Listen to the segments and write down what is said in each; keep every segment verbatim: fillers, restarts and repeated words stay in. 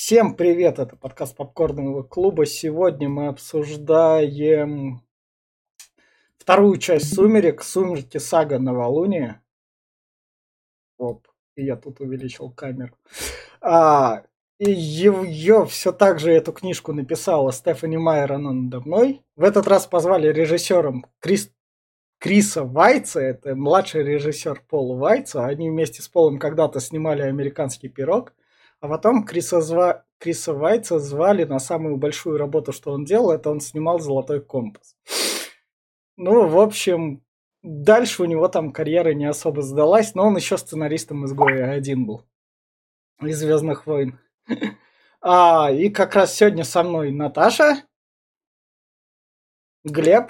Всем привет, это подкаст Попкорного клуба. Сегодня мы обсуждаем вторую часть «Сумерек», «Сумерки. Сага Новолуние». Оп, и я тут увеличил камеру. А, и ее все так же, эту книжку написала Стефани Майер, она надо мной. В этот раз позвали режиссером Крис, Криса Вайца, это младший режиссер Пола Вайца. Они вместе с Полом когда-то снимали «Американский пирог». А потом Криса, зва... Криса Вайца звали на самую большую работу, что он делал, это он снимал «Золотой компас». Ну, в общем, дальше у него там карьера не особо сдалась, но он еще сценаристом «Изгоя один» был. Из «Звездных войн». А, и как раз сегодня со мной Наташа, Глеб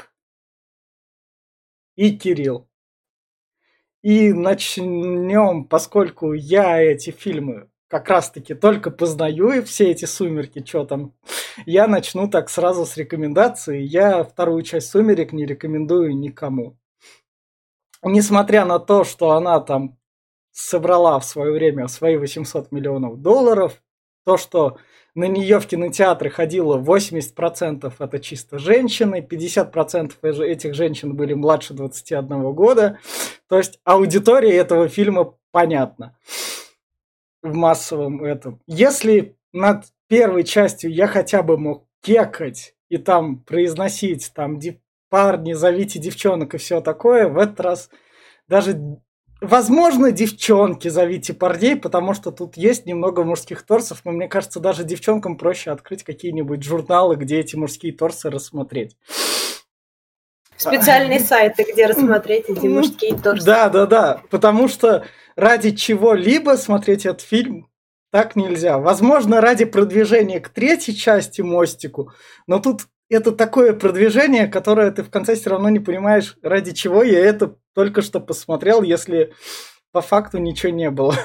и Кирилл. И начнем, поскольку я эти фильмы как раз-таки только познаю, и все эти «Сумерки», что там, я начну так сразу с рекомендаций. Я вторую часть «Сумерек» не рекомендую никому. Несмотря на то, что она там собрала в свое время свои восемьсот миллионов долларов, то, что на нее в кинотеатры ходило восемьдесят процентов это чисто женщины, пятьдесят процентов этих женщин были младше двадцати одного года. То есть аудитория этого фильма понятна в массовом этом. Если над первой частью я хотя бы мог кекать и там произносить там парни, зовите девчонок и все такое, в этот раз даже... Возможно, девчонки, зовите парней, потому что тут есть немного мужских торсов, но мне кажется, даже девчонкам проще открыть какие-нибудь журналы, где эти мужские торсы рассмотреть. Специальные сайты, где рассмотреть эти мужские торсы. Да, да, да, потому что ради чего-либо смотреть этот фильм так нельзя. Возможно, ради продвижения к третьей части «Мостику», но тут это такое продвижение, которое ты в конце все равно не понимаешь, ради чего я это только что посмотрел, если по факту ничего не было.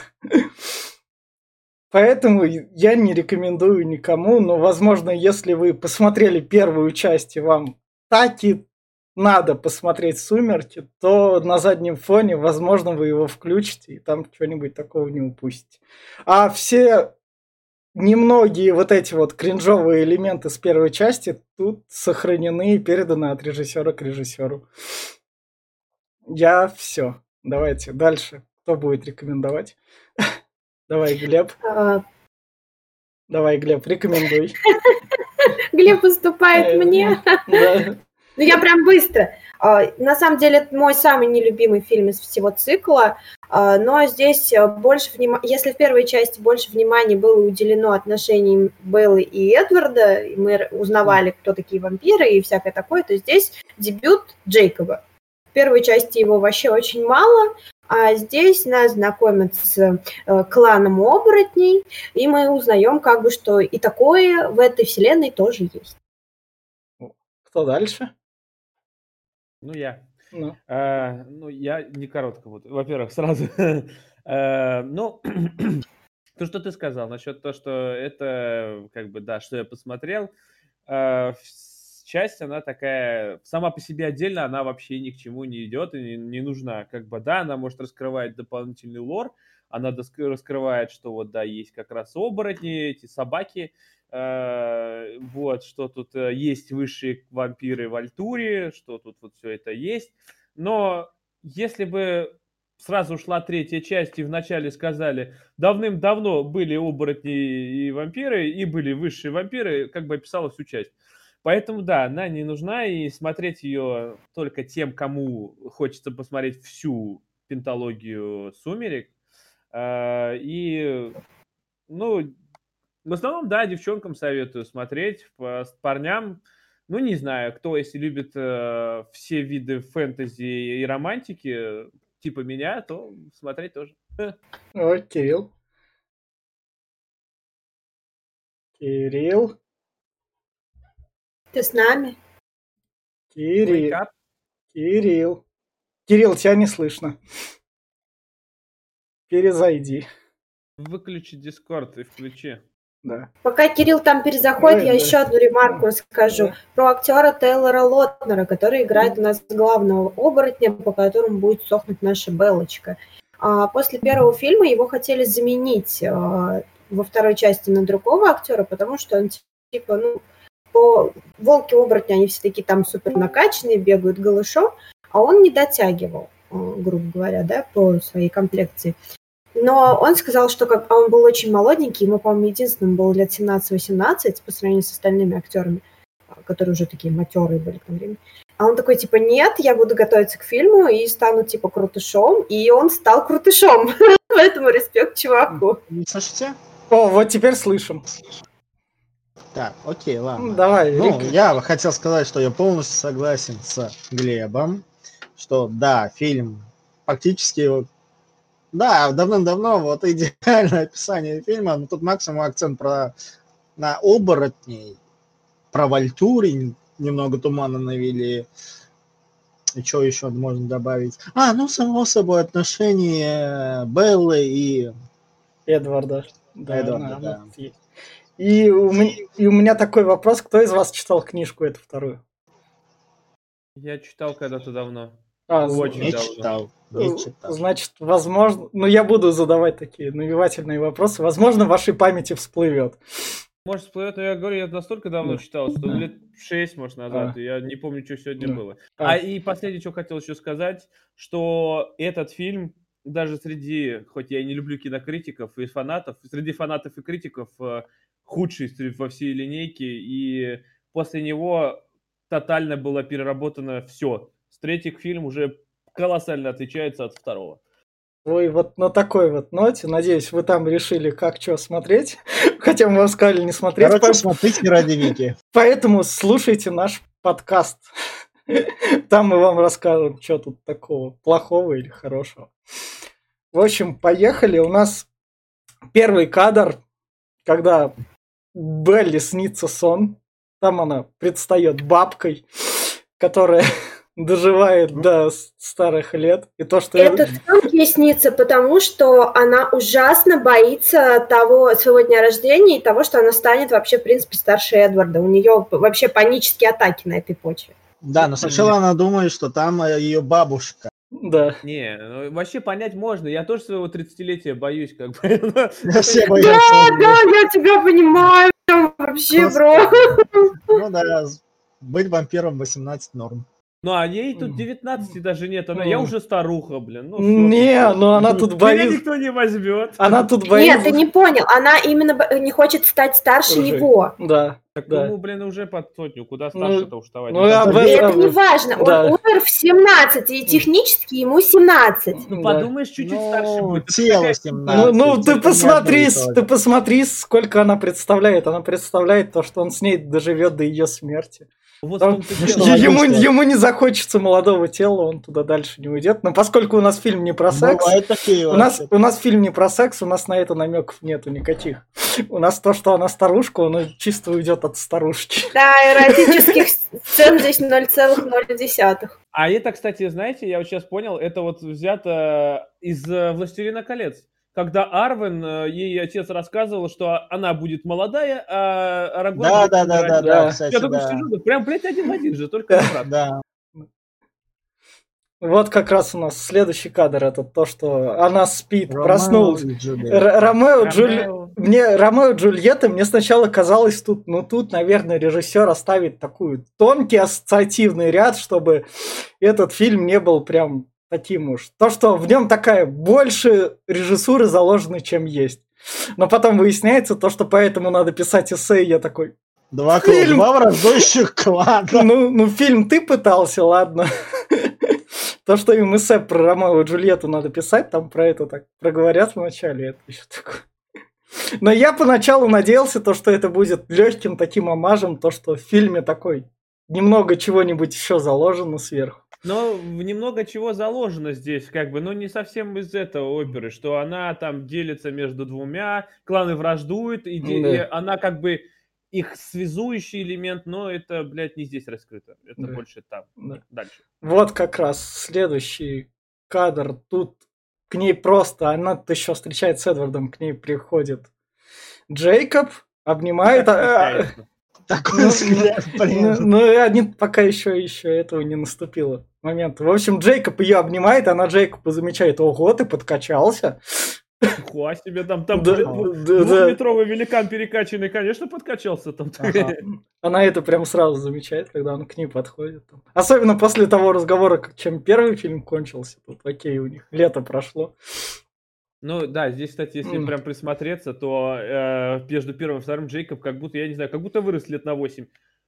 Поэтому я не рекомендую никому, но, возможно, если вы посмотрели первую часть и вам таки надо посмотреть «Сумерки», то на заднем фоне, возможно, вы его включите и там чего-нибудь такого не упустите. А все... Немногие вот эти вот кринжовые элементы с первой части тут сохранены и переданы от режиссера к режиссеру. Я все. Давайте дальше. Кто будет рекомендовать? Давай, Глеб. Давай, Глеб, рекомендуй. Глеб уступает мне. Ну, я прям быстро. На самом деле, это мой самый нелюбимый фильм из всего цикла, но здесь больше внимания, если в первой части больше внимания было уделено отношениям Беллы и Эдварда, и мы узнавали, кто такие вампиры и всякое такое, то здесь дебют Джейкоба. В первой части его вообще очень мало, а здесь нас знакомят с кланом оборотней, и мы узнаем, как бы, что и такое в этой вселенной тоже есть. Кто дальше? Ну, я. Ну, А, ну, я не коротко. Вот. Во-первых, сразу. а, ну, то, что ты сказал насчет того, что это, как бы, да, что я посмотрел. А, часть, она такая, сама по себе отдельно, она вообще ни к чему не идет и не, не нужна. Как бы, да, она может раскрывать дополнительный лор, она раскрывает, что вот, да, есть как раз оборотни, эти собаки, Uh, вот, что тут uh, есть высшие вампиры в Альтуре, что тут вот все это есть. Но если бы сразу ушла третья часть и вначале сказали, давным-давно были оборотни и вампиры, и были высшие вампиры, как бы описала всю часть. Поэтому, да, она не нужна, и смотреть ее только тем, кому хочется посмотреть всю пенталогию «Сумерек». Uh, и, ну... В основном, да, девчонкам советую смотреть, по парням, ну, не знаю, кто, если любит э, все виды фэнтези и романтики, типа меня, то смотреть тоже. Ой, Кирилл. Кирилл. Ты с нами? Кирилл. Кирилл. Кирилл, тебя не слышно. Перезайди. Выключи Дискорд и включи. Да. Пока Кирилл там перезаходит, Ой, я да. еще одну ремарку скажу Да. про актера Тейлора Лотнера, который играет у нас главного оборотня, по которому будет сохнуть наша Беллочка. А после первого фильма его хотели заменить а, во второй части на другого актера, потому что он типа, ну, по волки-оборотни, они все такие там супер накачанные, бегают голышом, а он не дотягивал, грубо говоря, да, по своей комплекции. Но он сказал, что как, а он был очень молоденький, ему, по-моему, единственным было лет семнадцать-восемнадцать по сравнению с остальными актерами, которые уже такие матерые были к тому времени. А он такой, типа, нет, я буду готовиться к фильму и стану, типа, крутышом. И он стал крутышом. Поэтому респект чуваку. Слышите? О, вот теперь слышим. Так, окей, ладно. Давай, ну, Рик. я хотел сказать, что я полностью согласен с Глебом, что да, фильм фактически, да, давным-давно вот идеальное описание фильма, но тут максимум акцент про на оборотней, про Вальтури немного тумана навели. И что еще можно добавить? А, ну, само собой, отношения Беллы и Эдварда. Да, Эдварда, да, да. вот. И у, меня, и у меня такой вопрос, кто из вас читал книжку эту вторую? Я читал когда-то давно. А, Очень не давно. читал, не читал. Значит, возможно... Ну, я буду задавать такие навевательные вопросы. Возможно, в вашей памяти всплывет. Может, всплывет, но я говорю, я настолько давно Да. читал, что Да. лет шесть, может, назад, А. и я не помню, что сегодня Да. было. А. А и последнее, что хотел еще сказать, что этот фильм, даже среди, хоть я и не люблю кинокритиков и фанатов, среди фанатов и критиков э, худший во всей линейке, и после него тотально было переработано все. Третий фильм уже колоссально отличается от второго. Ой, вот на такой вот ноте, надеюсь, вы там решили, как что смотреть, хотя мы вам сказали не смотреть. Короче, по... смотрите ради Вики. Поэтому слушайте наш подкаст. Там мы вам расскажем, что тут такого плохого или хорошего. В общем, поехали. У нас первый кадр, когда Белли снится сон. Там она предстает бабкой, которая доживает до старых лет. И то, что Этот сон ей снится, потому что она ужасно боится того своего дня рождения и того, что она станет вообще, в принципе, старше Эдварда. У нее вообще панические атаки на этой почве. Да, но сначала она думает, что там ее бабушка. Да. Не, ну, вообще понять можно. Я тоже своего тридцатилетия боюсь, как бы. Все Да, боятся. да, я тебя понимаю. Вообще, бро. Ну да, быть вампиром восемнадцать норм. Ну, а ей тут девятнадцати даже нет. Она, я уже старуха, блин. Ну, всё, Не, всё. ну она тут Меня боится. никто не возьмет. Она тут боится. Нет, ты не понял. Она именно бо- не хочет стать старше Уже. него. Да. Так да. ему, блин, уже под сотню. Куда Ну, старше-то уж вставать? ну, об Да, И этом- это не важно. Он Да. умер в семнадцать, и технически ему семнадцать. Ну, Да. подумаешь, чуть-чуть старше Ну, будет. тело Ну, семнадцать. ну ты это посмотри, не одно и с- то ты же. посмотри, сколько она представляет. Она представляет то, что он с ней доживет до ее смерти. Вот в Там том-то и Ну, дело. что, ему, логично. ему не захочется молодого тела, он туда дальше не уйдет. Но поскольку у нас фильм не про секс, Бывают такие у нас, вообще. у нас фильм не про секс, у нас на это намеков нету никаких. У нас то, что она старушка, он чисто уйдет от старушки. Да, эротических сцен здесь ноль целых ноль десятых. А это, кстати, знаете, я вот сейчас понял, это вот взято из э, «Властелина колец». Когда Арвен, э, ей отец рассказывал, что она будет молодая, а Арагорн Да, будет да, да, да, умирать. Да. да, кстати, Я такой да. сижу, да, прям, блядь, один в один же, только обратно. Да. Вот как раз у нас следующий кадр, это то, что она спит, Ромео проснулась. и Джульетта. Р- Ромео, Джуль... Ромео. Мне Ромео и Джульетта, мне сначала казалось тут, ну тут, наверное, режиссер оставит такой тонкий ассоциативный ряд, чтобы этот фильм не был прям таким уж. То, что в нем такая больше режиссуры заложено, чем есть. Но потом выясняется то, что поэтому надо писать эссе, и я такой, Два, Фильм. два враждующих клана. ну, ну фильм ты пытался, ладно. То, что им эссе про Ромео и Джульетту надо писать, там про это так проговорят вначале, это еще такое. Но я поначалу надеялся, то, что это будет легким таким омажем, то, что в фильме такой немного чего-нибудь еще заложено сверху. Но немного чего заложено здесь, как бы, но не совсем из этого оперы, что она там делится между двумя, кланы враждуют, и, де- Да. и она как бы их связующий элемент, но это, блядь, не здесь раскрыто, это Да. больше там, Да. дальше. Вот как раз следующий кадр. Тут к ней просто, она еще встречает с Эдвардом, к ней приходит Джейкоб, обнимает. Так а- случается. Такой Ну, взгляд, Ну, блин. ну, и они пока еще, еще этого не наступило момента. В общем, Джейкоб ее обнимает, она Джейкоба замечает, ого, ты подкачался. Нихуя себе, там, там Да, дву- да, да. двухметровый великан перекачанный, конечно, подкачался там. Ага. Она это прям сразу замечает, когда он к ней подходит. там. Особенно после того разговора, как- чем первый фильм кончился. Тут окей, у них лето прошло. Ну да, здесь, кстати, если М. прям присмотреться, то э, между первым и вторым Джейкоб как будто, я не знаю, как будто вырос лет на восемь.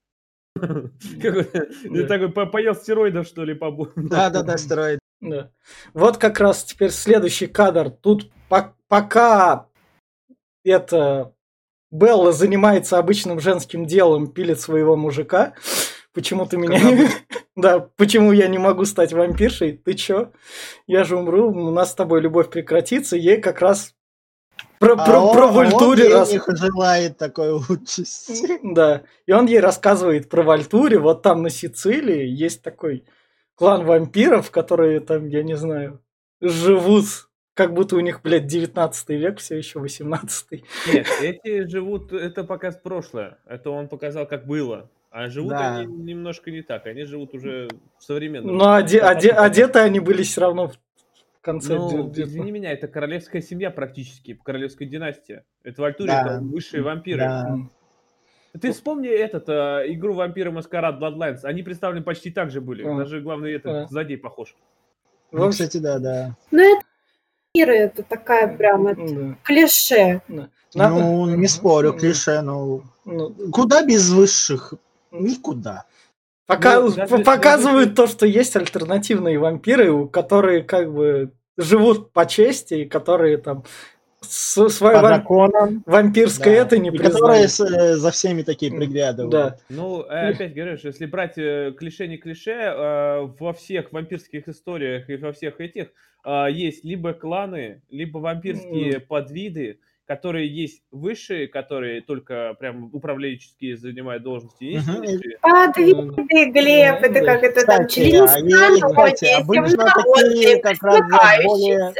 Какой-то, Да. такой по- поел стероидов, что ли, побо- Да-да-да, стероид. Да. Вот как раз теперь следующий кадр. Тут по- пока это Белла занимается обычным женским делом, пилит своего мужика. Почему ты меня... Как Да, почему я не могу стать вампиршей? Ты чё? Я же умру, у нас с тобой любовь прекратится. Ей как раз про, А про, он, про а он Вальтуре ей рас- не желает такой участи. Да, и он ей рассказывает про Вальтуре. Вот там на Сицилии есть такой клан вампиров, которые там, я не знаю, живут, как будто у них, блядь, девятнадцатый век, все еще восемнадцатый. Нет, эти живут, это показ прошлое. Это он показал, как было. А живут Да. они немножко не так. Они живут уже в современном. Но оде- Там оде- вообще- одеты они были все равно в конце. Ну, где- извини меня, это королевская семья практически, королевская династия. Это Вальтури, Да. это высшие вампиры. Да. М. Ты вспомни этот, э, игру «Вампиры Маскарад Bloodlines». Они представлены почти так же были. А. Даже главный этот А. злодей похож. В Ну, общем, кстати, да, да. Ну, это мира, это такая прям это да, клише. да. На- Ну, не спорю, М. клише, ну... ну, Куда без высших? Никуда. пока- Ну, даже- п- показывают даже- то, что есть альтернативные вампиры, у- которые как бы живут по чести, и которые там с- свое По вам- законам. вампирское Да. это не И которые признают. с- э, за всеми такие приглядывают. Да. Ну, э, опять говорю, что если брать э, клише не клише, э, во всех вампирских историях и во всех этих э, есть либо кланы, либо вампирские подвиды, которые есть высшие, которые только прям управленческие занимают должности, есть Мгм. низшие. Подвиды, Глеб, Ну, это да. как это там Кстати, а и- и, кстати, обычно такие как раз более...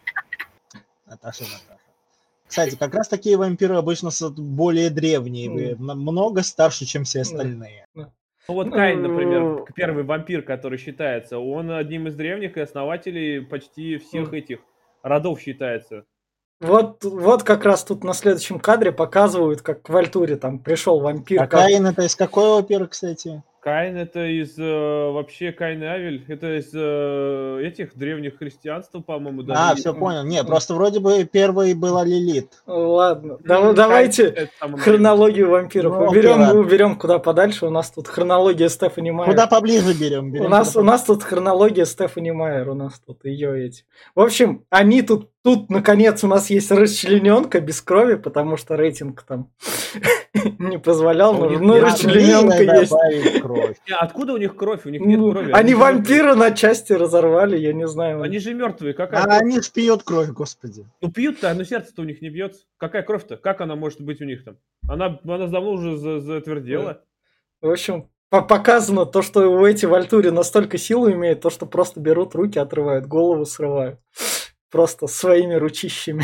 Наташа, Наташа. Кстати, как раз такие вампиры обычно с- более древние, вы- намного старше, чем все остальные. Ну вот Каин, например, к- первый вампир, который считается, он одним из древних и основателей почти всех Мгм. этих родов считается. Вот, вот как раз тут на следующем кадре показывают, как к Вальтуре там пришел вампир. А как- Каин это из какой оперы, кстати? Каин это из э, вообще Каин и Авель, это из э, этих древних христианства, по-моему, даже. А, есть. все понял. Не, просто вроде бы первой была Лилит. Ладно, М, да- Каин давайте считается самым хронологию вампиров Ну, уберем, окей, ладно. уберем куда подальше. У нас тут хронология Стефани Майер. Куда поближе берем? берем У нас, куда у нас тут хронология Стефани Майер, у нас тут ее эти. В общем, они тут, тут наконец у нас есть расчлененка без крови, потому что рейтинг там не позволял, У но них ну, нет расчлененка Надо есть. добавить кровь. Не, откуда у них кровь? У них нет Ну, крови. Они же мертвые. вампира на части разорвали, я не знаю. Они же мертвые. Какая А кровь? они ж пьют кровь, господи. Ну пьют-то, но сердце-то у них не бьется. Какая кровь-то? Как она может быть у них там? Она, она давно уже за- затвердела. В общем, по- показано то, что у эти Вальтури настолько силу имеют, то, что просто берут руки, отрывают, голову срывают. Просто своими ручищами.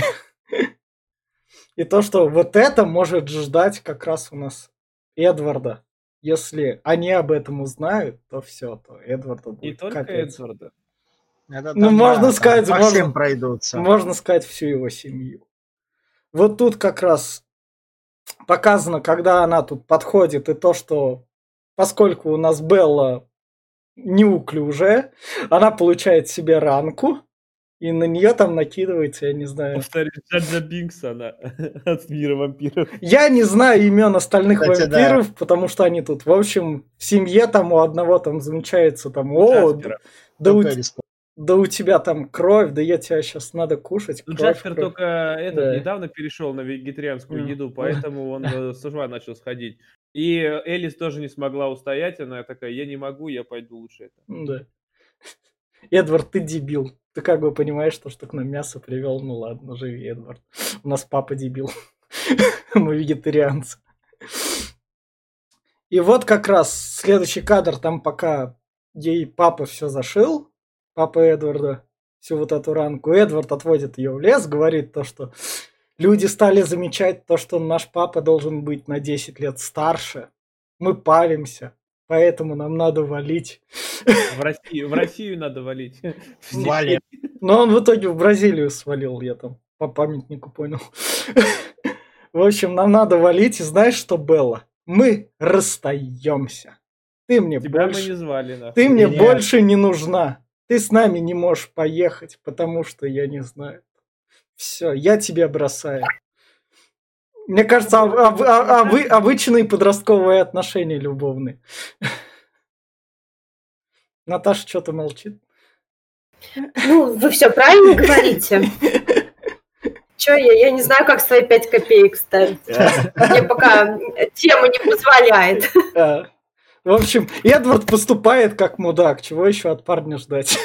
И то, что вот это может ждать как раз у нас Эдварда. Если они об этом узнают, то все, то Эдварду будет Не только капец. Эдварда. Это Ну, можно там сказать, по можно- всем пройдутся. Можно сказать, всю его семью. Вот тут как раз показано, когда она тут подходит, и то, что поскольку у нас Белла неуклюжая, она получает себе ранку, и на нее там накидывается, я не знаю. Повторю, Джаджа Бинкс, она от мира вампиров. Я не знаю имен остальных Кстати, да. вампиров, потому что они тут, в общем, в семье там у одного там замечается там, о, Джаспера. да у, Только респо- да у тебя там кровь, да я тебя сейчас надо кушать. Ну, кровь, Джаспер кровь». только этот, Да. недавно перешел на вегетарианскую М. еду, поэтому он э, с ума начал сходить. И Элис тоже не смогла устоять, она такая, я не могу, я пойду лучше это. Да. Эдвард, ты дебил. Ты как бы понимаешь, что, что к нам мясо привел. Ну ладно, живи, Эдвард. У нас папа дебил. Мы вегетарианцы. И вот как раз следующий кадр, там пока ей папа все зашил, папа Эдварда, всю вот эту ранку. Эдвард отводит ее в лес, говорит то, что люди стали замечать то, что наш папа должен быть на десять лет старше. Мы палимся, поэтому нам надо валить. В Россию, в Россию надо валить. Валим. Но он в итоге в Бразилию свалил, я там по памятнику понял. В общем, нам надо валить, и знаешь что, Белла? Мы расстаемся. Ты мне Тебя больше... мы не звали, нахуй. Ты мне Нет. больше не нужна. Ты с нами не можешь поехать, потому что я не знаю. Все, я тебя бросаю. Мне кажется, об- об- об- обы- обычные подростковые отношения любовные. Наташа что-то молчит. Ну, вы все правильно говорите. Че я? Я не знаю, как свои пять копеек ставить. Мне пока тема не позволяет. А, В общем, Эдвард поступает как мудак. Чего еще от парня ждать?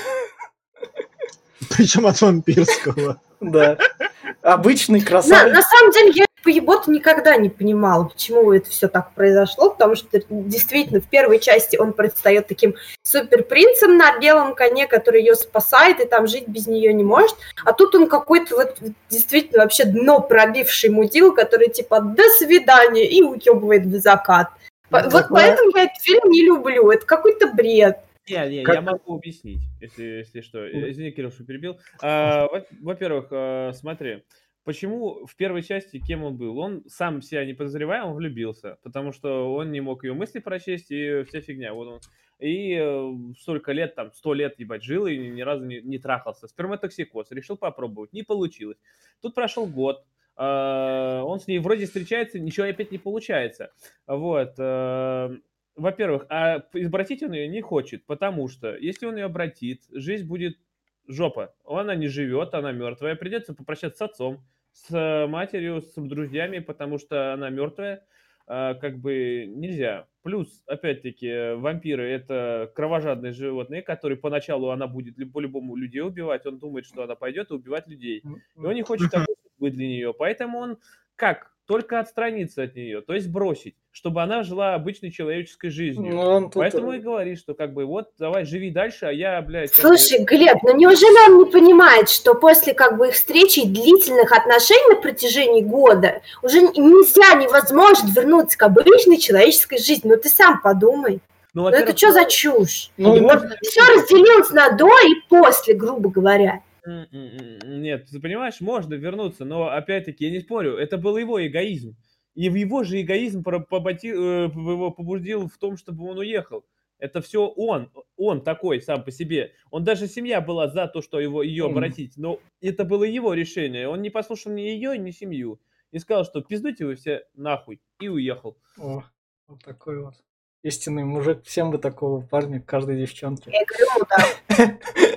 Причем от вампирского. Да. Обычный На, красавец. на самом деле, я по еботу никогда не понимала, почему это все так произошло, потому что действительно в первой части он предстает таким суперпринцем на белом коне, который ее спасает и там жить без нее не может, а тут он какой-то вот действительно вообще дно пробивший мудил, который типа «до свидания» и уебывает в закат. По- Вот Такое- поэтому я этот фильм не люблю, это какой-то бред. Не, не, Как- я могу объяснить, если, если что. Э, Извини, Кирилл, что перебил. А, во- во-первых, э, смотри, почему в первой части кем он был? Он сам себя не подозревая, он влюбился, потому что он не мог ее мысли прочесть, и вся фигня. Вот он. И э, столько лет, там, сто лет, ебать, жил и ни разу не, не трахался. Сперматоксикоз, решил попробовать, не получилось. Тут прошел год, э, он с ней вроде встречается, ничего опять не получается. Вот. э, Во-первых, а обратить он ее не хочет, потому что если он ее обратит, жизнь будет жопа. Она не живет, она мертвая. Придется попрощаться с отцом, с матерью, с друзьями, потому что она мертвая. А, Как бы нельзя. Плюс, опять-таки, вампиры — это кровожадные животные, которые поначалу она будет ли- по-любому людей убивать. Он думает, что она пойдет и убивать людей. И он не хочет такой судьбы для нее. Поэтому он как? Только отстраниться от нее, то есть бросить, чтобы она жила обычной человеческой жизнью. Ну, он тут... Поэтому и говорит, что как бы вот, давай, живи дальше, а я, блядь... как Слушай, Глеб, ну неужели он не понимает, что после как бы их встречи и длительных отношений на протяжении года уже н- нельзя, невозможно вернуться к обычной человеческой жизни? Ну ты сам подумай. бы- Ну, Ну это во-первых, что за чушь? Ну, не ну, можно- Все разделилось на до и после, грубо говоря. М, м, м, Нет, ты понимаешь, можно вернуться, но опять-таки я не спорю, это был его эгоизм. И в его же эгоизм про- поботи- э, его побудил в том, чтобы он уехал. Это все он, он такой сам по себе. Он даже семья была за то, что его, ее Мгм. обратить, но это было его решение. Он не послушал ни ее, ни семью. И сказал, что пиздуйте вы все нахуй. И уехал. О, вот такой вот. Истинный мужик. Всем бы такого парня, каждой девчонке. Я говорю, ну да.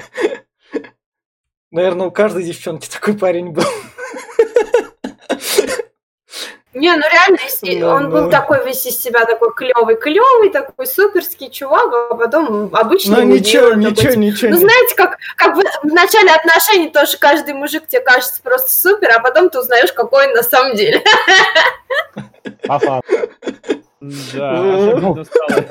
Наверное, у каждой девчонки такой парень был. Не, ну реально, если Ну, он был ну. такой весь из себя такой клевый, клевый, такой суперский чувак, а потом обычный Ну мудила ничего, такой, ничего, типа, ничего. Ну, не- знаете, как, как в, в начале отношений тоже каждый мужик тебе кажется просто супер, а потом ты узнаешь, какой он на самом деле. По факту. Да, Ну. аж обидно стало.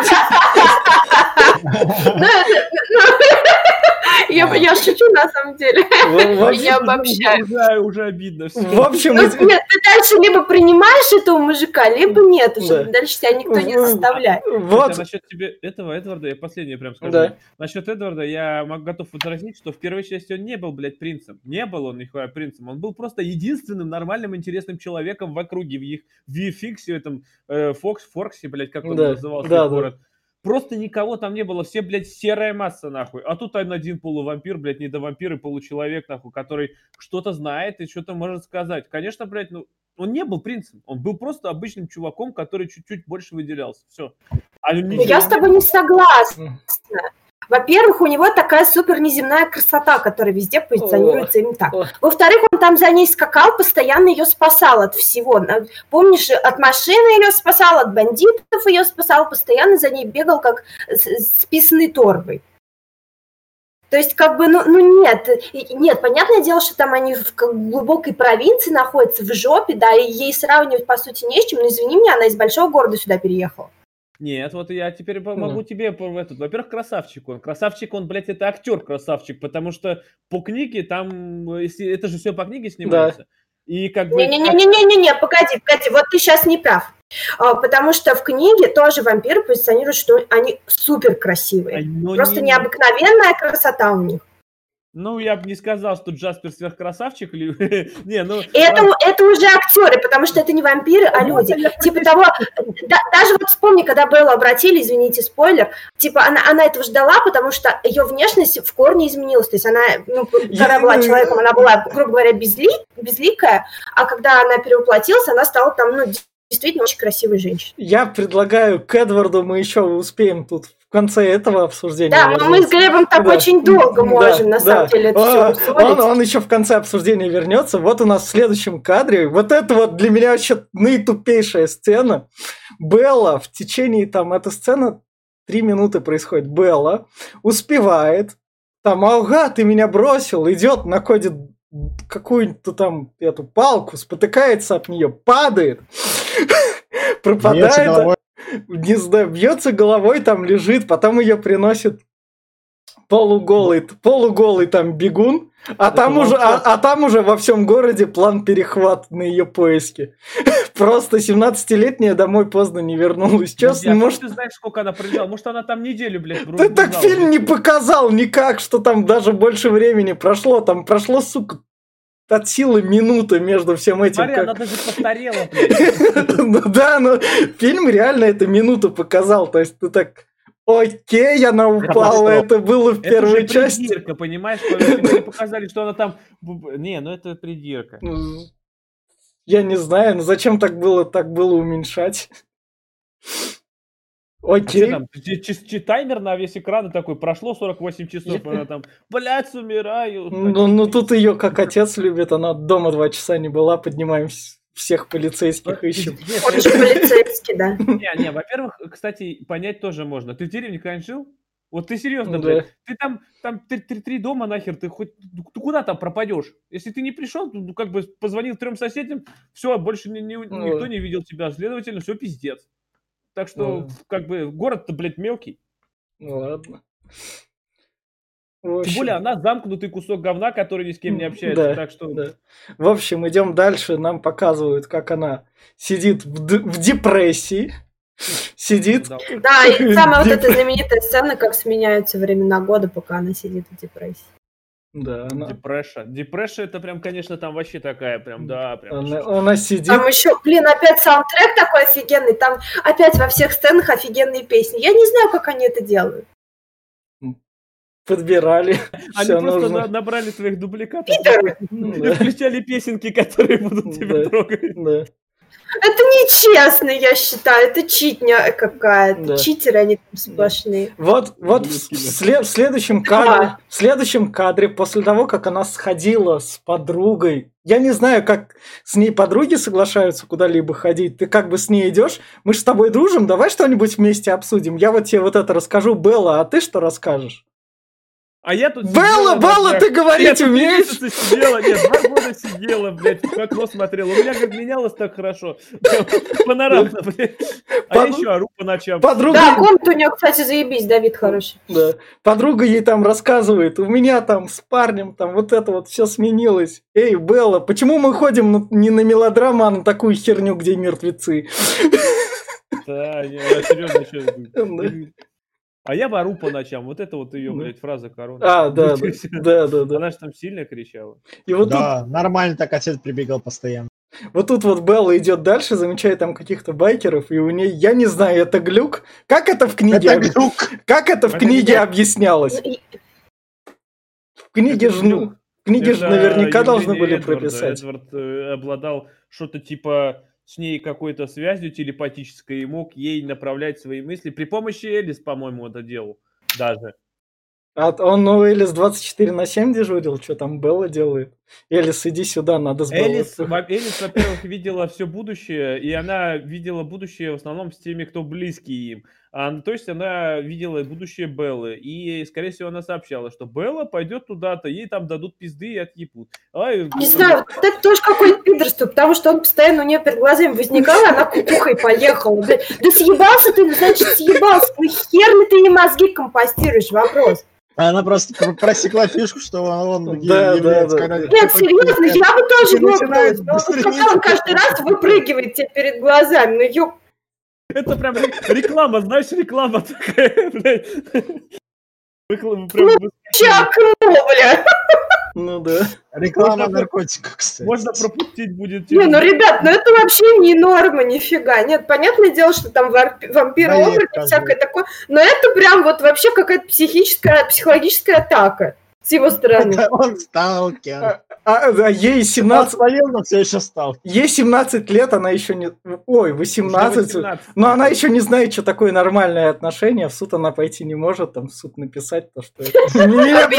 Ну, это- ну, Я я шучу на самом деле. В- в- Я обобщаю. Уже, уже обидно все. В общем, Ну, эти- нет, ты дальше либо принимаешь этого мужика, либо нет, уже Да. дальше тебя никто не В- заставляет. вот, Хотя насчет тебе этого Эдварда, я последнее прям скажу. Да. Насчет Эдварда я мог- готов возразить, что в первой части он не был, блядь, принцем. Не был он нихуя принцем. Он был просто единственным нормальным, интересным человеком в округе, в их в ви эф икс, этом э, Фокс, Форксе, блядь, как он Да, назывался, да, да. город. Просто никого там не было, все, блядь, серая масса, нахуй. А тут один, один полувампир, блядь, не до вампир и получеловек, нахуй, который что-то знает и что-то может сказать. Конечно, блядь, ну, он не был принцем, он был просто обычным чуваком, который чуть-чуть больше выделялся. Все. А он Ну, ничего я с не тобой не согласна. М. Во-первых, у него такая супер неземная красота, которая везде позиционируется именно так. О. Во-вторых, он там за ней скакал, постоянно ее спасал от всего. На- Помнишь, от машины ее спасал, от бандитов ее спасал, постоянно за ней бегал, как с, с писаной торбой. То есть, как бы, ну, ну нет, И- нет, понятное дело, что там они в как глубокой провинции находятся, в жопе, да, и ей сравнивать, по сути, не с чем, но, извини меня, она из большого города сюда переехала. Нет, вот я теперь по- Ну. могу тебе по- в этот. Во-первых, красавчик он. Красавчик он, блядь, это актер красавчик, потому что по книге там, э, если это же все по книге снимается. И как бы. Не-не-не-не-не-не, погоди, погоди, вот ты сейчас не прав. А, Потому что в книге тоже вампиры позиционируют, что они супер А, красивые. но Просто не- необыкновенная красота у них. Ну, я бы не сказал, что Джаспер сверхкрасавчик. Не, ну... Это, это уже актеры, потому что это не вампиры, а люди. Типа того, да, даже вот вспомни, когда Беллу обратили, извините, спойлер, типа она, она этого ждала, потому что ее внешность в корне изменилась. То есть она, ну, когда была человеком, она была, грубо говоря, безли, безликая, а когда она перевоплотилась, она стала там, ну, действительно очень красивой женщиной. Я предлагаю к Эдварду мы еще успеем тут в конце этого обсуждения. Да, но мы с Глебом так да. очень долго можем, да, на самом да. деле, это он, все он, он еще в конце обсуждения вернется. Вот у нас в следующем кадре. Вот это вот для меня вообще наитупейшая сцена. Белла в течение, там, эта сцена три минуты происходит. Белла успевает, там, ага, ты меня бросил, идет, находит какую-нибудь там эту палку, спотыкается об нее, падает, пропадает. Не знаю, бьется головой, там лежит, потом ее приносит полуголый, полуголый там бегун, а там, уже, а, а там уже во всем городе план перехват на ее поиски. Просто семнадцатилетняя домой поздно не вернулась. Честно, ну, может... Ты знаешь, сколько она пролежала? Может, она там неделю, блядь, Ты так фильм не показал никак, что там даже больше времени прошло. Там прошло, сука, от силы минуты между всем этим. Смотри, как... она даже постарела, блядь. Ну да, но фильм реально эту минуту показал. То есть ты так, окей, она упала, это было в первой части. Это придирка, понимаешь? Тебе показали, что она там... Не, ну это придирка. Я не знаю, но зачем так было, так было уменьшать? Окей. А там, таймер на весь экран такой, прошло сорок восемь часов, она там, блядь, умираю. Ну, ну тут ее как отец любит, она дома два часа не была, поднимаем всех полицейских, ищем. Очень полицейский, да. Не, не, во-первых, кстати, понять тоже можно. Ты в деревне когда-нибудь жил? Вот ты серьезно, блядь, ты там, там три, три, три дома нахер, ты хоть, ты куда там пропадешь? Если ты не пришел, ну, как бы позвонил трем соседям, все, больше ни, ни, никто не видел тебя, следовательно, все пиздец. Так что, ну, как бы, город-то, блядь, мелкий. Ну, ладно. В общем... Тем более, она замкнутый кусок говна, который ни с кем не общается. Да, так что... да. В общем, идем дальше. Нам показывают, как она сидит в, д- в депрессии. Сидит. Да, да и самая вот эта знаменитая сцена, как сменяются времена года, пока она сидит в депрессии. Да, она... Депреша. Депреша это прям, конечно, там вообще такая, прям, да, прям. Она, она сидит. Там еще, блин, опять саундтрек такой офигенный, там опять во всех сценах офигенные песни. Я не знаю, как они это делают. Подбирали. Они просто на, набрали своих дубликатов и включали песенки, которые будут тебя трогать. Это нечестно, я считаю. Это читня какая-то. Да. Читеры они там сплошные. Вот, вот в, след, в, следующем кадре, в следующем кадре, после того, как она сходила с подругой, я не знаю, как с ней подруги соглашаются куда-либо ходить. Ты как бы с ней идешь, мы же с тобой дружим, давай что-нибудь вместе обсудим. Я вот тебе вот это расскажу, Белла, а ты что расскажешь? А я тут Белла, сидела, Белла, ты говорить я умеешь? Сидела, нет, два года сидела, блядь, в окно смотрела. У меня как менялось так хорошо. Панорамно, блядь. А Под... я еще ору по ночам. Подруга... Да, комната у нее, кстати, заебись, Давид хороший. Да. Подруга ей там рассказывает, у меня там с парнем там вот это вот все сменилось. Эй, Белла, почему мы ходим на... не на мелодраму, а на такую херню, где мертвецы? Да, я серьезно еще... А я бы ору по ночам. Вот это вот ее, блядь, фраза корона. А, да, да, да, да, да. Она же там сильно кричала. И вот да, тут... нормально так отец прибегал постоянно. Вот тут вот Белла идет дальше, замечает там каких-то байкеров, и у нее, я не знаю, это глюк. Как это в книге? Это глюк. Как это в это книге не... объяснялось? В книге же, ну, в книге же наверняка должны были Эдварда. прописать. Эдвард э, обладал что-то типа с ней какой-то связью телепатической и мог ей направлять свои мысли. При помощи Элис, по-моему, это делал даже. А он, ну, Элис двадцать четыре на семь дежурил, что там Белла делает? Элис, иди сюда, надо с Беллой. Элис, Элис, во-первых, видела все будущее, и она видела будущее в основном с теми, кто близкий им. А, то есть она видела будущее Беллы, и, скорее всего, она сообщала, что Белла пойдет туда-то, ей там дадут пизды и отъебут. Ай, не знаю, вот это тоже какое-то пидорство, потому что он постоянно у нее перед глазами возникал, и она кукухой поехала. Да, да съебался ты, значит, съебался. Ну хер ты ей мозги компостируешь, вопрос. Она просто просекла фишку, что он, он да, является. Да, да, Нет, да. серьезно, я бы тоже могла. Когда он каждый раз выпрыгивает тебе перед глазами, ну ёп. Это прям реклама, знаешь, реклама такая, блядь. окно, бля. Ну да. Реклама наркотиков, кстати. Можно пропустить будет. Не, ну, ребят, ну это вообще не норма, нифига. Нет, понятное дело, что там вампиры, оборотни, всякое такое. Но это прям вот вообще какая-то психическая, психологическая атака с его стороны. Он сталкер. А, а ей семнадцать... Спалил, но все еще сталкер. Ей семнадцать лет, она еще не... Ой, восемнадцать. Но она еще не знает, что такое нормальное отношение. В суд она пойти не может, там в суд написать то, что это...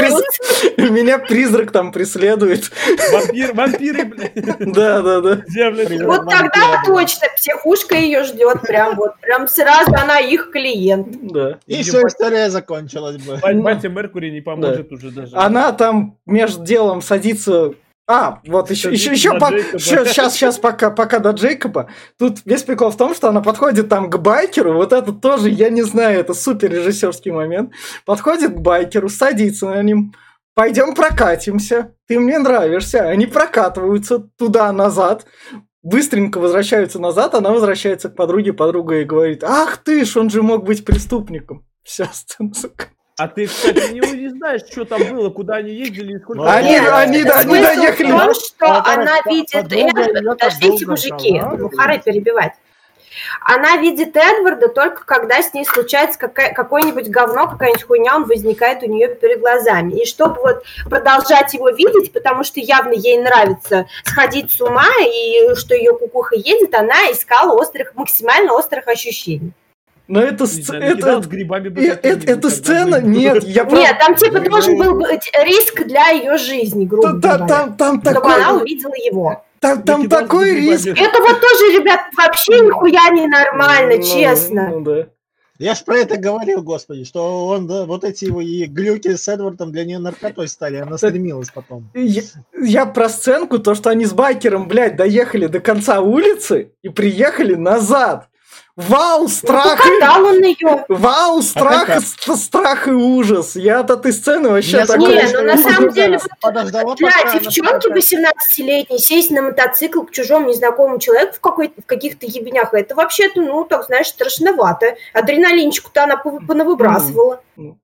Меня призрак там преследует. Вампир, вампиры, блядь. Да, да, да. Вот тогда точно психушка ее ждет. Прям вот, прям сразу она их клиент. Да. И все, история закончилась бы. Батя Меркурий не поможет уже даже. Она там между делом садится... А, вот еще, еще, еще, по... сейчас, сейчас, пока, пока до Джейкоба. Тут весь прикол в том, что она подходит там к байкеру, вот это тоже, я не знаю, это супер режиссерский момент. Подходит к байкеру, садится на ним, пойдем прокатимся, ты мне нравишься. Они прокатываются туда-назад, быстренько возвращаются назад, она возвращается к подруге, подруга ей говорит, ах ты ж, он же мог быть преступником. Вся сцена, сука. А ты, кстати, не, не знаешь, что там было, куда они ездили и сколько... Они, Нет, они, да, они доехали. В том, что А, она подруга, видит подруга Эдварда... её Подождите, долго мужики, ждала. ну, харе перебивать. Она видит Эдварда только когда с ней случается какая- какое-нибудь говно, какая-нибудь хуйня, он возникает у нее перед глазами. И чтобы вот продолжать его видеть, потому что явно ей нравится сходить с ума, и что ее кукуха едет, она искала острых, максимально острых ощущений. Но это, Не сц- знаю, это, накидал с грибами бы э- э- какие-нибудь, эта тогда сцена, бы- нет, я про- Нет, там типа должен был быть риск для ее жизни, грубо Та- та- говоря. там, там Чтобы такой, она увидела его. там, там Накидал с такой грибами. риск. Это вот тоже, ребят, вообще нихуя не нормально, Ну, честно. ну да. Я ж про это говорил, господи, что он, да, вот эти его и глюки с Эдвардом для нее наркотой стали, она стремилась потом. Я, я про сценку, то, что они с байкером, блядь, доехали до конца улицы и приехали назад. Вау, страх! и- Покатал он ее. Вау, страх, как? ст- страх и ужас. Я от этой сцены вообще Я такой... Не, ну на самом деле, подождала, для пока она девчонки покатает. восемнадцатилетней сесть на мотоцикл к чужому незнакомому человеку в, какой-то, в каких-то ебенях, это вообще-то, ну, так, знаешь, страшновато. Адреналинчику-то она пов- понавыбрасывала.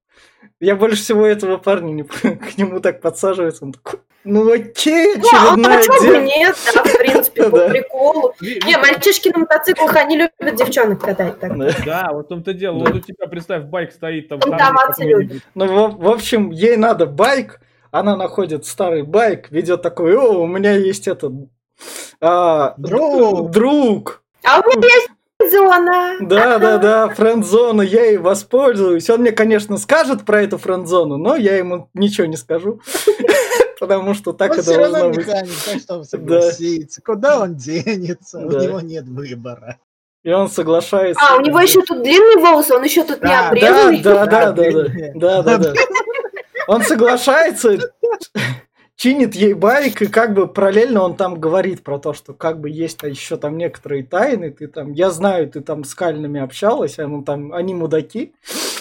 Я больше всего этого парня не... к нему так подсаживается. Он такой, ну окей, Ну, а очередная почему бы девка. нет, да, в принципе, по Да. приколу. Ви- Не, мальчишки на мотоциклах, они любят девчонок катать так. Да. Да, вот в том-то дело. Да. Вот у тебя, представь, байк стоит там. Он там там какой-нибудь. Ну, в, в общем, ей надо байк, она находит старый байк, ведет такой, о, у меня есть этот... а, Друг. Друг. А у меня есть зона. Да, да, да, френд-зона, я ей воспользуюсь. Он мне, конечно, скажет про эту френд-зону, но я ему ничего не скажу, потому что так Он и все должно равно быть. механик, так что он согласится. Куда он денется? У Да. него нет выбора. И он соглашается. А, у него еще тут длинные волосы, он еще тут не Да, обрезанный. Да, да, да, да, длинные. да, да, да. Он соглашается, чинит ей байк, и как бы параллельно он там говорит про то, что как бы есть еще там некоторые тайны, ты там, я знаю, ты там с Кальными общалась, а ему там, они мудаки.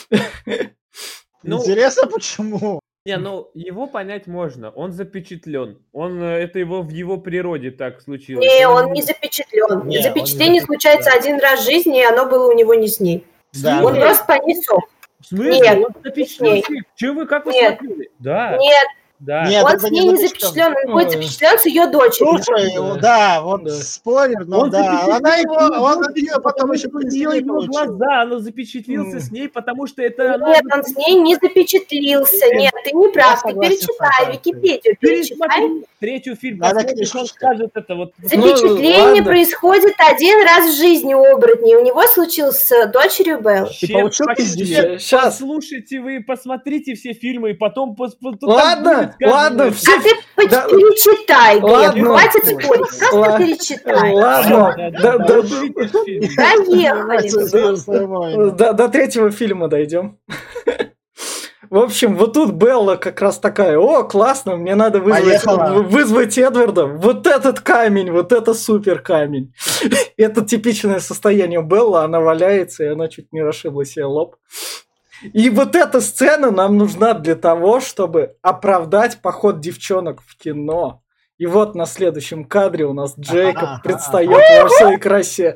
Ну, Интересно, почему? Не, ну его понять можно. Он запечатлен. Он э, это его в его природе так случилось. Не, он не запечатлен. Не, он Запечатление не случается запечатлен. один раз в жизни, и оно было у него не с ней. Да, Он Нет. да. просто по ней сох. В смысле? Нет, Он запечатлен. нет. Че вы, как вы Нет. смотрели? Да, Нет, да. Нет, он это с не ней не запечатлен. запечатлен, он будет Ой. запечатлен с ее дочерью. Слушай, Да. да, вот Да. спойлер, но Он да, запечатлел она его, её он дочь, от нее потом потому еще что у пиздюлей нее его получил. глаза, он запечатлился М. с ней, потому что это она... Нет, он с ней не запечатлился. Нет, ты не прав. Ты согласен с перечитай тобой. Википедию, перечитай. Пересмотри третью фильм, Надо посмотришь, книжку он читать. скажет это вот... Запечатление ладно. происходит один раз в жизни у оборотней. У него случилось с дочерью Белл. Ты Чем получил послушайте- пиздюлей? Сейчас. Послушайте вы, посмотрите все фильмы, и потом... пос- пос- там Ладно, будет сказано. ладно, все. А ты поч- Да. перечитай, Глеб. Ладно. Хватит спорить. Просто Ла- перечитай. Ладно, Да, да, да, да, да, увидишь фильм. Поехали. Звездные войны. До, до третьего фильма дойдем. В общем, вот тут Белла как раз такая, о, классно, мне надо вызвать, Поехала. вызвать Эдварда. Вот этот камень, вот это супер камень. Это типичное состояние Беллы, она валяется, и она чуть не расшибла себе лоб. И вот эта сцена нам нужна для того, чтобы оправдать поход девчонок в кино. И вот на следующем кадре у нас Джейкоб Ага. предстает во всей красе,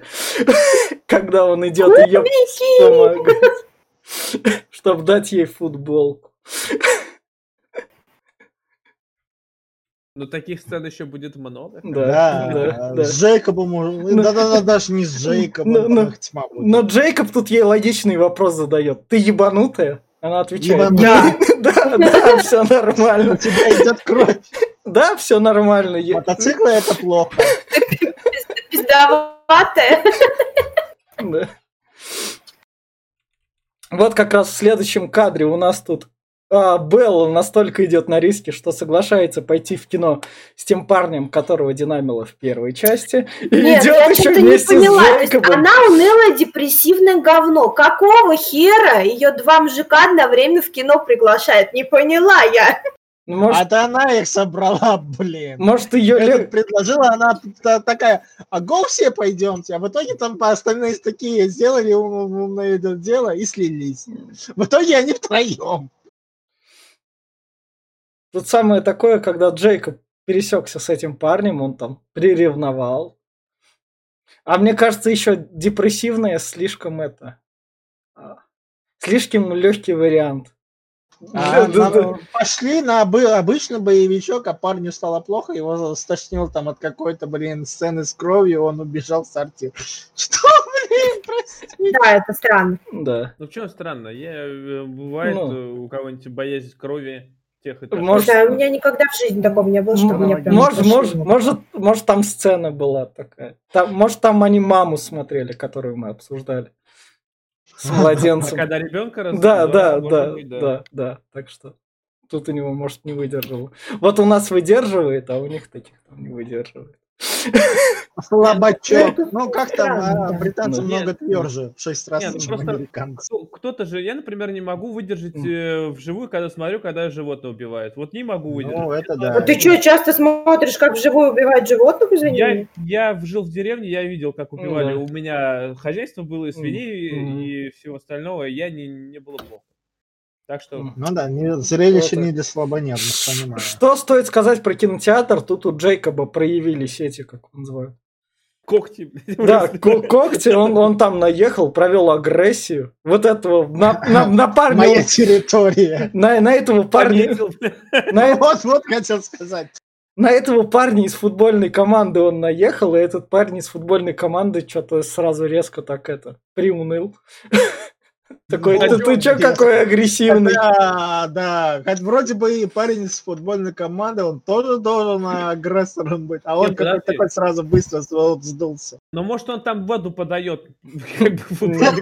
когда он идет ее помогать, чтобы дать ей футболку. Но таких сцен еще будет много. Да, да, да. с Джейкобом, Ну, да-да-да, даже не с Ну, Джейкобом, ну, там их тьма будет. Но Джейкоб тут ей логичный вопрос задает. Ты ебанутая? Она отвечает. Ебанутая. Да, да, все У нормально. тебя идет кровь. Да, все нормально. Я- Мотоциклы это плохо. Пиздоватая. Да. Вот как раз в следующем кадре у нас тут а, Белла настолько идет на риски, что соглашается пойти в кино с тем парнем, которого динамила в первой части, и Нет, идет я еще что-то не вместе поняла. с То есть Джейкобом. она унылое депрессивное говно. Какого хера ее два мужика одновременно в кино приглашают? Не поняла я. Ну, А Может, это она их собрала, блин. может ее... Этот предложила, она та- такая, а го все пойдемте. А в итоге там по остальные такие сделали ум- умное это дело и слились. В итоге они втроем. Тут самое такое, когда Джейкоб пересекся с этим парнем, он там приревновал. А мне кажется, еще депрессивное слишком это... а, Слишком легкий вариант. А, Да, да, нам да. пошли на обы- обычный боевичок, а парню стало плохо, его стошнило там от какой-то, блин, сцены с кровью, он убежал в сортир. Что, блин, прости. Да, это странно. Да. Ну, в чем странно? Я, э, бывает Ну. э, у кого-нибудь боязнь крови тех и тех. Может, Да, у меня никогда в жизни такого не было, что М- меня прям может, может, стошнило. может, может, там сцена была такая. Там, может, там они маму смотрели, которую мы обсуждали. С А младенцем. когда ребенка раз... Да, да, может да, быть, да, да. Так что тут у него, может, не выдержало. Вот у нас выдерживает, а у них таких там не выдерживает. Слабачок. Ну, Ну, как там, странно, а, да. британцы Да. много Нет. тверже, в шесть раз, Нет, ну чем просто американцы. кто- кто-то же... Я, например, не могу выдержать М. э, вживую, когда смотрю, когда животное убивают. Вот не могу выдержать. Ну, это А да. ты что, часто смотришь, как вживую убивают животных, извини Я, меня? я жил в деревне, я видел, как убивали. Да. У меня хозяйство было и свиней, Мгм. и всего остального. Я не, не было плохо. Так что... М. Ну да, не- зрелище Вот не так. для слабонервных, понимаю. Что стоит сказать про кинотеатр? Тут у Джейкоба проявились эти, как он называют. Когти. блядь, Да, выросли. ко- когти, он, он там наехал, провел агрессию. Вот этого на, на, на парня, Моя территория. на, на этого парня, Пометил. на, э- Вот, вот хотел сказать. на этого парня из футбольной команды он наехал, и этот парень из футбольной команды что-то сразу резко так это приуныл. Такой, Ну, ты, ты чё интересно. какой агрессивный? Да, да. Хоть вроде бы и парень из футбольной команды, он тоже должен агрессором быть, а он Нет, какой-то подожди. такой сразу быстро вот сдулся. Но может он там воду подает. Как бы футболик.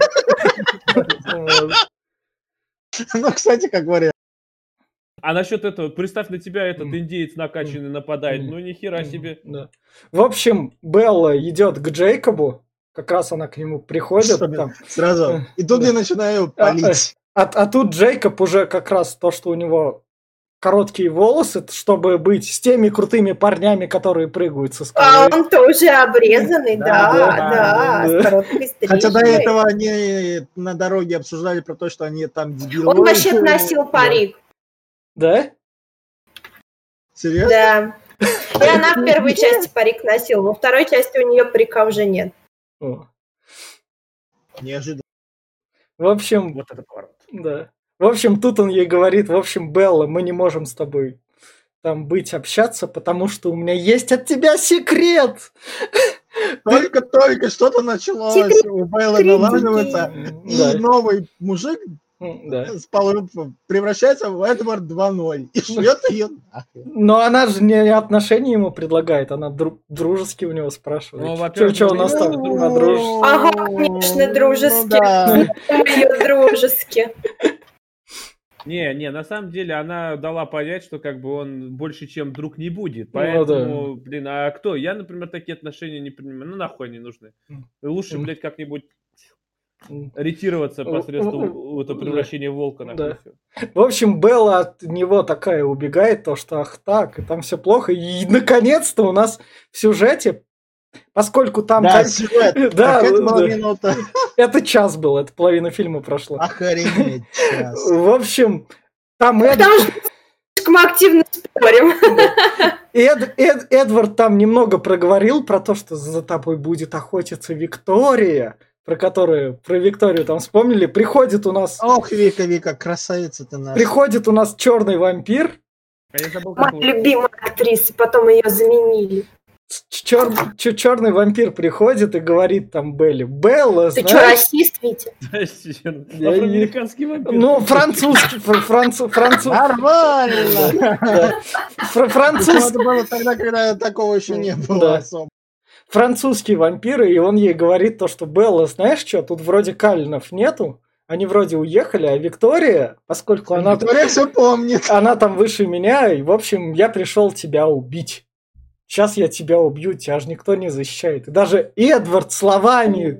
Ну, кстати, как вариант. А насчет этого, представь, на тебя этот М. индеец накачанный нападает. М. Ну ни хера себе. Да. В общем, Белла идет к Джейкобу, как раз она к нему приходит. Что, Там. Сразу. И тут Да. я начинаю А, палить. А, а тут Джейкоб уже как раз то, что у него короткие волосы, чтобы быть с теми крутыми парнями, которые прыгают со А скалы. он тоже обрезанный, Да, да, да, да, да. с короткой Хотя до стрижкой. этого они на дороге обсуждали про то, что они там дебилы. Он вообще носил парик, Да? Серьезно? да. И она в первой части парик носила, во второй части у нее парика уже нет. О. Неожиданно. В общем, Вот это поворот. да. В общем, тут он ей говорит, в общем, Белла, мы не можем с тобой там быть, общаться, потому что у меня есть от тебя секрет. Только-только что-то началось, Секрет- у Беллы секретики. налаживается, и Да. новый мужик М, да. с полу- превращается в Эдвард два ноль и шлет ее нахрен. Но она же не отношения ему предлагает, она дру- дружески у него спрашивает. Ну, Чё- во-первых, чё у ну, нас там? дружески. А, друж- Ага, конечно, дружески. Ну да. Ее дружески. Не, не, на самом деле она дала понять, что как бы он больше, чем друг не будет. Ну Поэтому, блин, а кто? Я, например, такие отношения не принимаю. Ну нахуй они нужны. М. Лучше, М. блядь, как-нибудь М. ретироваться О, посредством о, у- этого да. превращения в волка. нахуй, Да. и всё. В общем, Белла от него такая убегает, то что ах так, и там все плохо. И наконец-то у нас в сюжете, поскольку там... Да, как- сюжет. Да, Опять была да. минута. Это час был, это половина фильма прошла. Охренеть час. В общем, там Эд- Потому что слишком активно спорим. Эд- Эд- Эдвард там немного проговорил про то, что за тобой будет охотиться Виктория. про которую, про Викторию там вспомнили, приходит у нас... Ох, Вика, Вика, красавица ты наша. Приходит у нас черный вампир. А я забыл, Моя любимая актриса, потом ее заменили. Чер... Черный вампир приходит и говорит там Белли: Белла, ты знаешь... что, расист, Витя? Афроамериканский вампир. Ну, французский, француз... Нормально! Француз... Это было тогда, когда такого еще не было особо. Французский вампир, и он ей говорит то, что Белла, знаешь что, тут вроде Калинов нету, они вроде уехали, а Виктория, поскольку она... Виктория все помнит. Она там выше меня, и, в общем, я пришел тебя убить. Сейчас я тебя убью, тебя же никто не защищает. И даже Эдвард словами,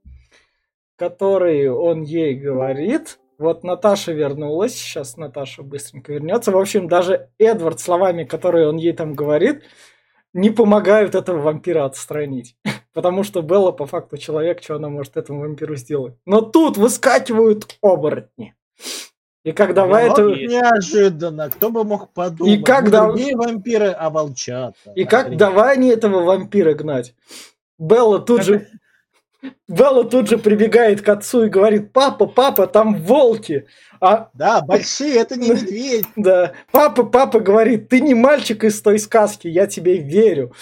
которые он ей говорит... Вот Наташа вернулась, сейчас Наташа быстренько вернется. В общем, даже Эдвард словами, которые он ей там говорит, не помогают этого вампира отстранить. Потому что Белла по факту человек, что она может этому вампиру сделать. Но тут выскакивают оборотни. И как давай вот это... неожиданно, кто бы мог подумать. И как не да... другие вампиры, а волчата. И как Смотри. Давай они этого вампира гнать. Белла тут же... Белла тут же прибегает к отцу и говорит: папа, папа, там волки. А... Да, большие, это не медведь. Да. Папа, папа говорит: ты не мальчик из той сказки, я тебе верю.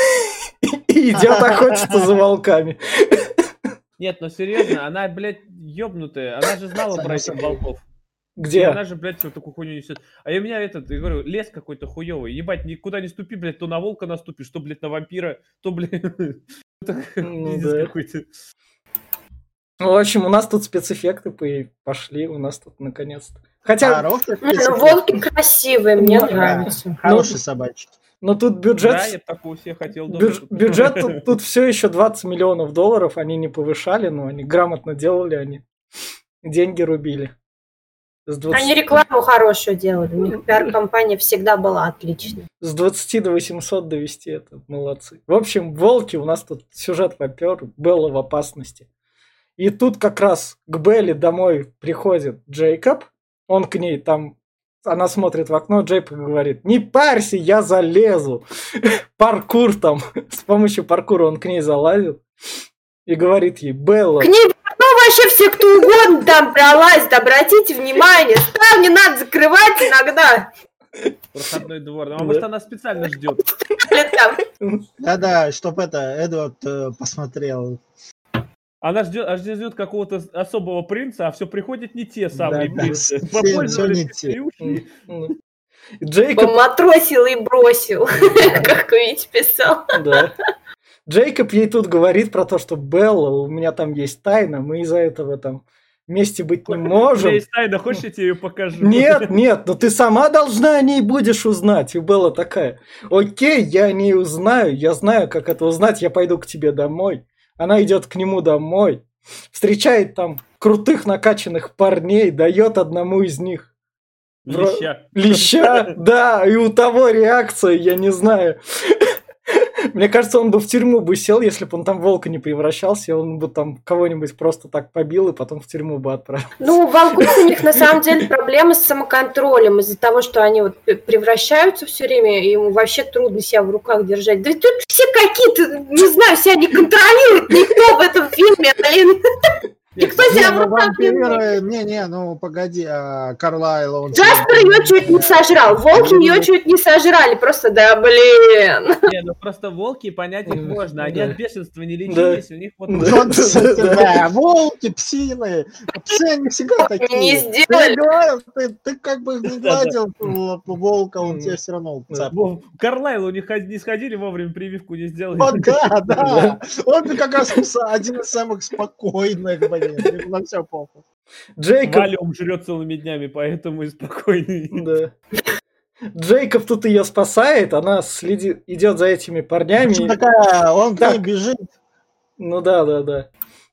И идет охотиться за волками. Нет, ну серьезно, она, блядь, ёбнутая. Она же знала про этих волков. Где? И она же, блядь, вот такую хуйню несет. А у меня этот, я говорю, лес какой-то хуёвый. Ебать, никуда не ступи, блядь, то на волка наступишь, то, блядь, на вампира, то, блядь, какой-то. В общем, у нас тут спецэффекты пошли, у нас тут наконец-то. Хотя... Ну, волки красивые, мне нравятся. Хорошие собачки. Но тут бюджет... Да, я такого себе хотел. Бюдж... Бюджет тут, тут все еще двадцать миллионов долларов, они не повышали, но они грамотно делали, они деньги рубили. двадцати... Они рекламу хорошую делали, у них пиар-компания всегда была отличной. С двадцати до восьмисот довести это, молодцы. В общем, волки, у нас тут сюжет попер, Белла в опасности. И тут как раз к Белле домой приходит Джейкоб, он к ней там, она смотрит в окно, Джейкоб говорит: не парься, я залезу. Паркур там, с помощью паркура он к ней залазит и говорит ей: Белла... К ней ну, вообще все кто угодно там пролазит, обратите внимание, ставни надо закрывать иногда. Проходной двор, а может она специально ждет. Да-да, чтоб это, Эдвард э, посмотрел. Она ждет, аж ждет какого-то особого принца, а все приходят не те самые да, принцы. Да, Попользовались и ушли. Джейкоб... Поматросил и бросил, как Витя писал. Да. Джейкоб ей тут говорит про то, что Белла, у меня там есть тайна, мы из-за этого там вместе быть не можем. У меня есть тайна, хочешь, я тебе ее покажу? Нет, нет, но ты сама должна о ней будешь узнать. И Белла такая: окей, я о ней узнаю, я знаю, как это узнать, я пойду к тебе домой. Она идет к нему домой, встречает там крутых накачанных парней, дает одному из них леща. Леща, да, и у того реакция, я не знаю. Мне кажется, он бы в тюрьму бы сел, если бы он там в волка не превращался, он бы там кого-нибудь просто так побил и потом в тюрьму бы отправил. Ну, у волков у них на самом деле проблемы с самоконтролем из-за того, что они вот превращаются все время, и ему вообще трудно себя в руках держать. Да тут все какие-то, не знаю, себя не контролируют никто в этом фильме, блин. Никто себя в руках не держит. Не-не, ну погоди, а Карлайл, он... Джаспер ее чуть не сожрал, волки ее чуть не сожрали, просто да, блин. Не, ну просто волки понять их можно, они от бешенства не лечились, у них вот... Да, волки, псины, псы они всегда такие. Не сделали. Ты как бы не гладил волка, он тебе все равно цапал. Карлайл у них не сходили вовремя, прививку не сделали. Вот да, да, он как раз один из самых спокойных, блин. На все похуй. Джейкоб... Валиум жрет целыми днями, поэтому и спокойный. Да. Джейкоб тут ее спасает, она следит, идет за этими парнями. Что такая, он к ней бежит. Ну да, да, да.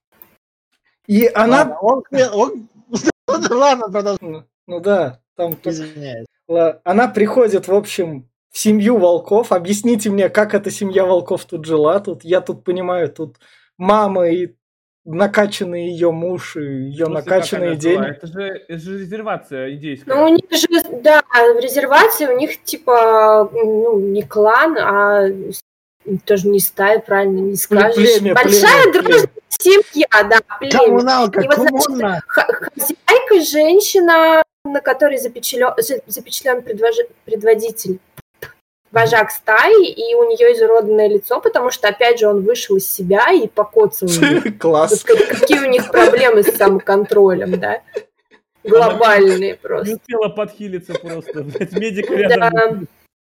И она... Ладно, он... он... Ладно, продолжай. Ну да, там... Извиняюсь. Она приходит, в общем, в семью волков. Объясните мне, как эта семья волков тут жила. Тут, я тут понимаю, тут мама и накачанный ее муж и ее накачанные деньги. Это же, это же резервация индейская. Ну, у них же, да, в резервации у них типа, ну, не клан, а тоже не стая, правильно не скажешь. Племя, большая племя, дружная племя. семья, да, племя. Коммуналка, И вот, значит, коммуна. х- хозяйка, женщина, на которой запечатлен, запечатлен предвожи- предводитель, вожак стаи, и у нее изуродованное лицо, потому что, опять же, он вышел из себя и покоцал ее. Класс. Какие у них проблемы с самоконтролем, да? Глобальные Не просто. успела подхилиться просто. блядь, Медик рядом. Да.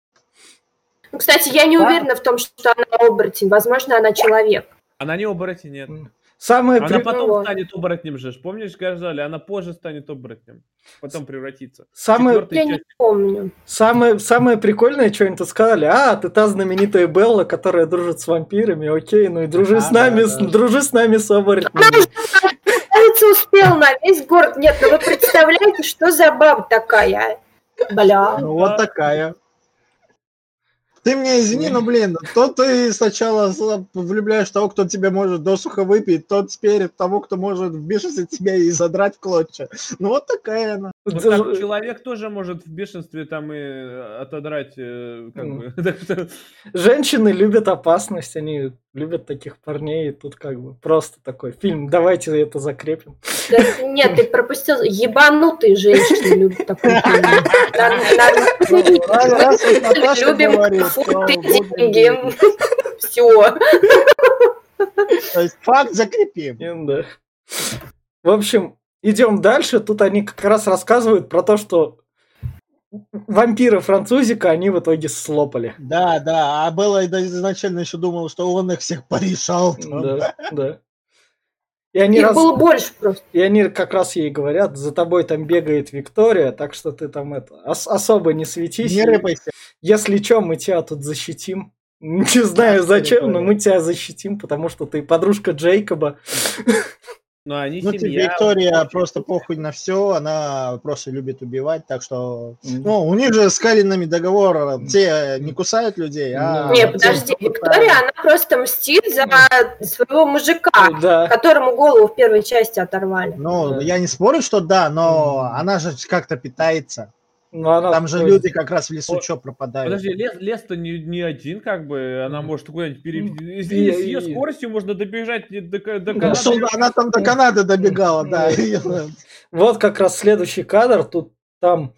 Ну, кстати, я не уверена в том, что она оборотень. Возможно, она человек. Она не оборотень, нет. Самое Она при- потом вот. станет оборотнем же. ж. Помнишь, сказали, она позже станет оборотнем. Потом превратится. Самое- Четвёртой Я не части. помню. Самое, самое прикольное, что они тут сказали, а, ты та знаменитая Белла, которая дружит с вампирами, окей, ну и дружи с Да, нами, да, с- да. дружи с нами с оборотнями. Кажется, успел на весь город. Нет, ну вы представляете, что за баба такая? Бля. Ну вот такая. Ты мне извини, но, блин, то ты сначала с- влюбляешь того, кто тебя может досуха выпить, тот теперь того, кто может в бешенстве тебя и задрать в клочья. Ну вот такая она. Ну, так человек тоже может в бешенстве там и э, отодрать, э, как Ну. бы. Так что Женщины любят опасность, они любят таких парней, и тут как бы просто такой фильм, давайте это закрепим. Да, нет, ты пропустил. Ебанутые женщины любят такой фильм. Ну, раз- раз вот Наташа Любим говорит, фу, то ты будем деньги. верить. Все. То есть факт закрепим. И, да. В общем, идем дальше. Тут они как раз рассказывают про то, что вампира французика они в итоге слопали. Да, да, а Белла изначально еще думала, что он их всех порешал. там. Да, да. И они, Их раз- было больше просто. и они как раз ей говорят, за тобой там бегает Виктория, так что ты там это ос- особо не светись. Не рыпайся. Если что, мы тебя тут защитим. Не знаю Да, зачем, но Виктория. мы тебя защитим, потому что ты подружка Джейкоба. Ну, они Ну, тебе семья. Виктория очень- просто похуй на все, она просто любит убивать, так что... Мгм. Ну, у них же с Калинами договор, те не кусают людей, а... Ну, Не, те, подожди, кто Виктория, она просто мстит за своего мужика, Да. которому голову в первой части оторвали. Ну, Да. я не спорю, что да, но Мгм. она же как-то питается. Но она Там же такой- люди как раз в лесу О, что пропадают. Подожди, лес, лес-то не, не один, как бы, она Мгм. может куда-нибудь пере... Мгм. Если И- с ее и- скоростью можно добежать до, до, до Да. Канады. Сюда, она там до Канады добегала, да. Вот как раз следующий кадр. Тут там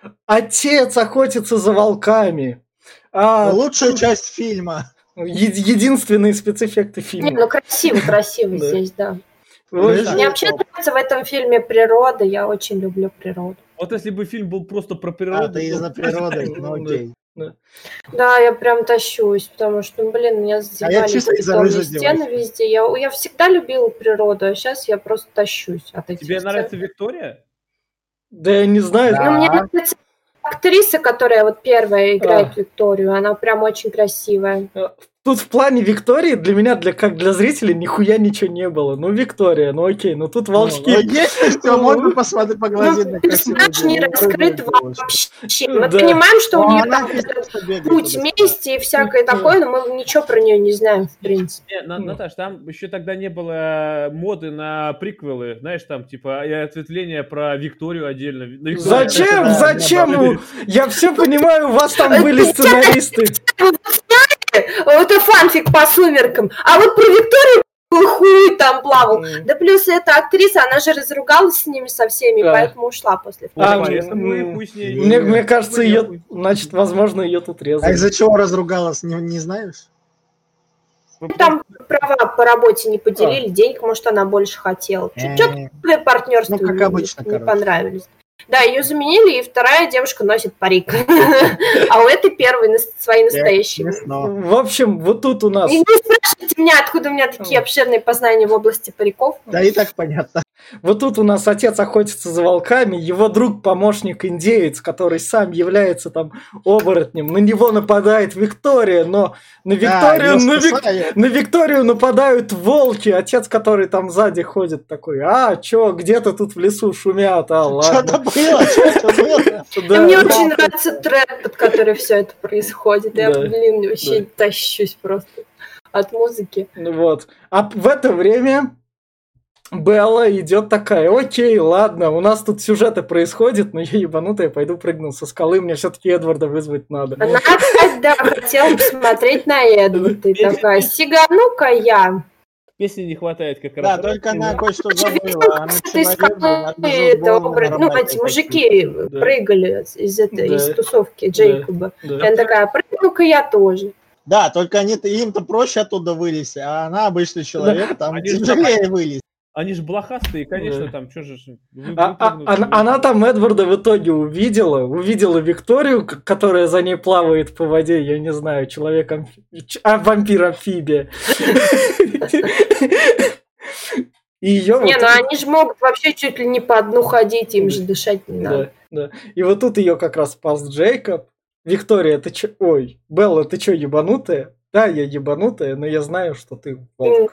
отец охотится за волками. А Лучшая часть фильма. е- единственные спецэффекты Не, фильма. ну красиво, красиво Да. здесь, да. В общем, Мне вообще нравится в этом фильме природа, я очень люблю природу. Вот если бы фильм был просто про А, природу. ты из-за то- природы, ну Да. окей. Да, я прям тащусь, потому что, ну, блин, меня задевали чисто из-за бетонные рыжей стены девочки. везде. Я, я всегда любила природу, а сейчас я просто тащусь от этих Тебе сцен. нравится Виктория? да я не знаю. Да. Ну, мне нравится актриса, которая вот первая играет А. Викторию, она прям очень красивая. Тут в плане Виктории для меня, для как для зрителя, нихуя ничего не было. Ну, Виктория, ну окей, ну тут волчки. Ну, есть все, можно посмотреть, поглазеть на Ну, красивую персонаж не девушку. раскрыт вообще. Мы Да. понимаем, что у Ну, нее она там просто бегает путь туда-сюда. мести и всякое такое, но мы ничего про нее не знаем, в принципе. Не, На- Мгм. Наташ, там еще тогда не было моды на приквелы, знаешь, там типа и ответвление про Викторию отдельно. На Викторию Зачем? отдельно. Зачем? Да, Ну, я все понимаю, у вас там были сценаристы. Это фанфик по сумеркам. А вот про Викторию хуй там плавал. М. Да плюс эта актриса, она же разругалась с ними со всеми, Да. поэтому ушла после Вот А, поэтому и м, хуй с ней. Мне, мне кажется, Хуй, ее, хуй. значит, возможно, ее тут А резали. из-за чего разругалась, не, не знаешь? Ну, там права по работе не поделили, денег, может, она больше хотела. Что-то Э, партнерство Ну, как не, обычно, не короче. понравились. Да, ее заменили, и вторая девушка носит парик. А у этой первой нас- свои настоящие. Смешно. В общем, вот тут у нас... Не не спрашивайте меня, откуда у меня такие обширные познания в области париков. Да и так понятно. Вот тут у нас отец охотится за волками, его друг-помощник индеец, который сам является там оборотнем, на него нападает Виктория, но на Викторию, Да, на, её Вик- спасают. на Викторию нападают волки, отец, который там сзади ходит такой, а, чё, где-то тут в лесу шумят, а, Что-то ладно. было, что-то было. И Да, мне да. очень нравится трек, под который все это происходит. Я, Да, блин, вообще да. тащусь просто от музыки. Ну вот. А в это время Белла идет такая, окей, ладно, у нас тут сюжеты происходят, но я ебанутая, пойду прыгну со скалы, мне все-таки Эдварда вызвать надо. Она опять, да, хотела посмотреть на Эдварда. И такая, сигану-ка я. Песни не хватает как раз. Да, только она кое-что забыла. Она человек, ну, эти мужики прыгали из этой из тусовки Джейкоба. Она такая, прыгну-ка я тоже. Да, только они им-то проще оттуда вылезть, а она обычный человек, там тяжелее вылезть. Они же блохастые, конечно, да. Там что же... Вы, а, а, она, она там Эдварда в итоге увидела, увидела Викторию, которая за ней плавает по воде, я не знаю, человек а вампир-амфибия. Не, ну они же могут вообще чуть ли не по дну ходить, им же дышать не надо. Да, да. И вот тут ее как раз спас Джейкоб. Виктория, ты чё? Ой, Белла, ты чё, ебанутая? Да, я ебанутая, но я знаю, что ты волк.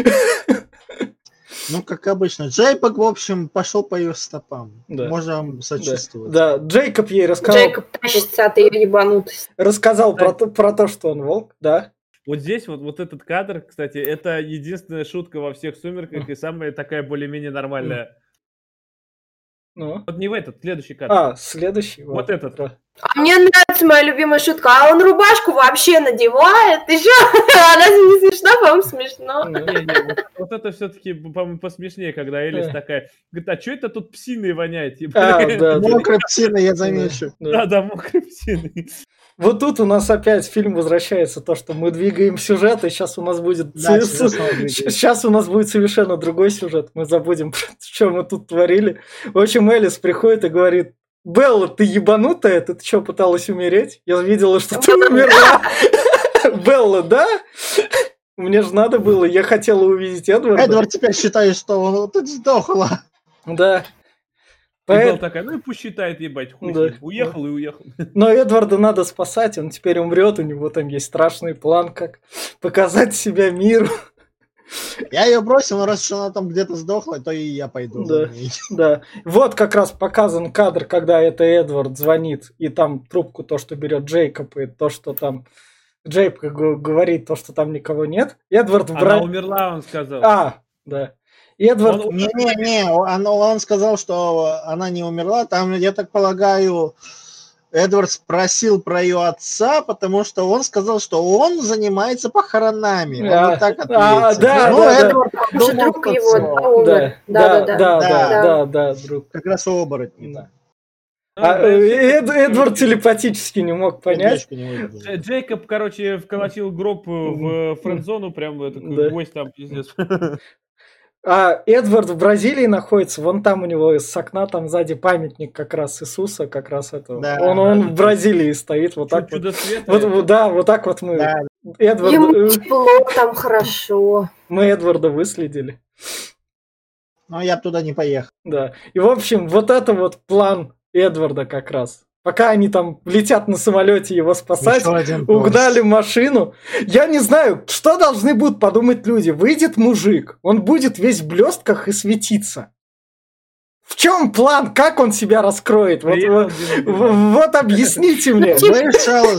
Ну, как обычно. Джейкоб, в общем, пошел по ее стопам. Да. Можем сочувствовать. Да. да, Джейкоб ей рассказал... Джейкоб тащится от ее ебанутости. Рассказал про то, про то, что он волк, да. Вот здесь вот, вот этот кадр, кстати, это единственная шутка во всех «Сумерках» и самая такая более-менее нормальная. Ну. Вот не в этот, следующий кадр. А, следующий. Вот, вот этот. А мне нравится моя любимая шутка. А он рубашку вообще надевает. И что? Разве не смешно? По-моему, смешно. Не, не, вот, вот это все-таки, по-моему, посмешнее, когда Элис такая говорит, а что это тут псиной воняет? А, да, мокрой псиной, я замечу. Да, да, мокрой псиной. Вот тут у нас опять фильм возвращается то, что мы двигаем сюжет, и сейчас у нас будет да, сейчас у нас будет совершенно другой сюжет. Мы забудем, что мы тут творили. В общем, Элис приходит и говорит: Белла, ты ебанутая? Ты что, пыталась умереть? Я видела, что ты умерла. Белла, да? Мне же надо было, я хотела увидеть Эдварда. Эдвард теперь считает, что он тут сдохла. Да. И Белла такая, ну и пусть считает, ебать, хуй. Да. Уехал да. и уехал. Но Эдварда надо спасать, он теперь умрет, у него там есть страшный план, как показать себя миру. Я ее бросил, но раз что она там где-то сдохла, то и я пойду да, за ней. Да. Вот как раз показан кадр, когда это Эдвард звонит, и там трубку то, что берет Джейкоб, и то, что там Джейкоб говорит, то, что там никого нет. Эдвард Она бра... умерла, он сказал. А, да. Эдвард... Не-не-не, он, он сказал, что она не умерла. Там, я так полагаю, Эдвард спросил про ее отца, потому что он сказал, что он занимается похоронами. А, он вот так ответил. А, да, ну, да, Эдвард да. подумал, друг его умер. Да, да, да, да, да, да, да, да, друг. Как раз оборотни. Да. А, а, Эд, Эдвард телепатически не мог понять. Не Джейкоб, короче, вколотил гроб в френд-зону, прям такой да. Гвоздь там, пиздец. А Эдвард в Бразилии находится, вон там у него с окна там сзади памятник как раз Иисуса, как раз этого. Да, он, он да, в Бразилии стоит, вот так вот. Вот, вот. Да, вот так вот мы. Да. Эдвард... Ему тепло, там хорошо. Мы Эдварда выследили. Но я бы туда не поехал. Да. И в общем, вот это вот план Эдварда как раз. Пока они там летят на самолете его спасать, угнали машину. Я не знаю, что должны будут подумать люди. Выйдет мужик, он будет весь в блестках и светиться. В чем план? Как он себя раскроет? Вот, вот, вот объясните мне. Вышел,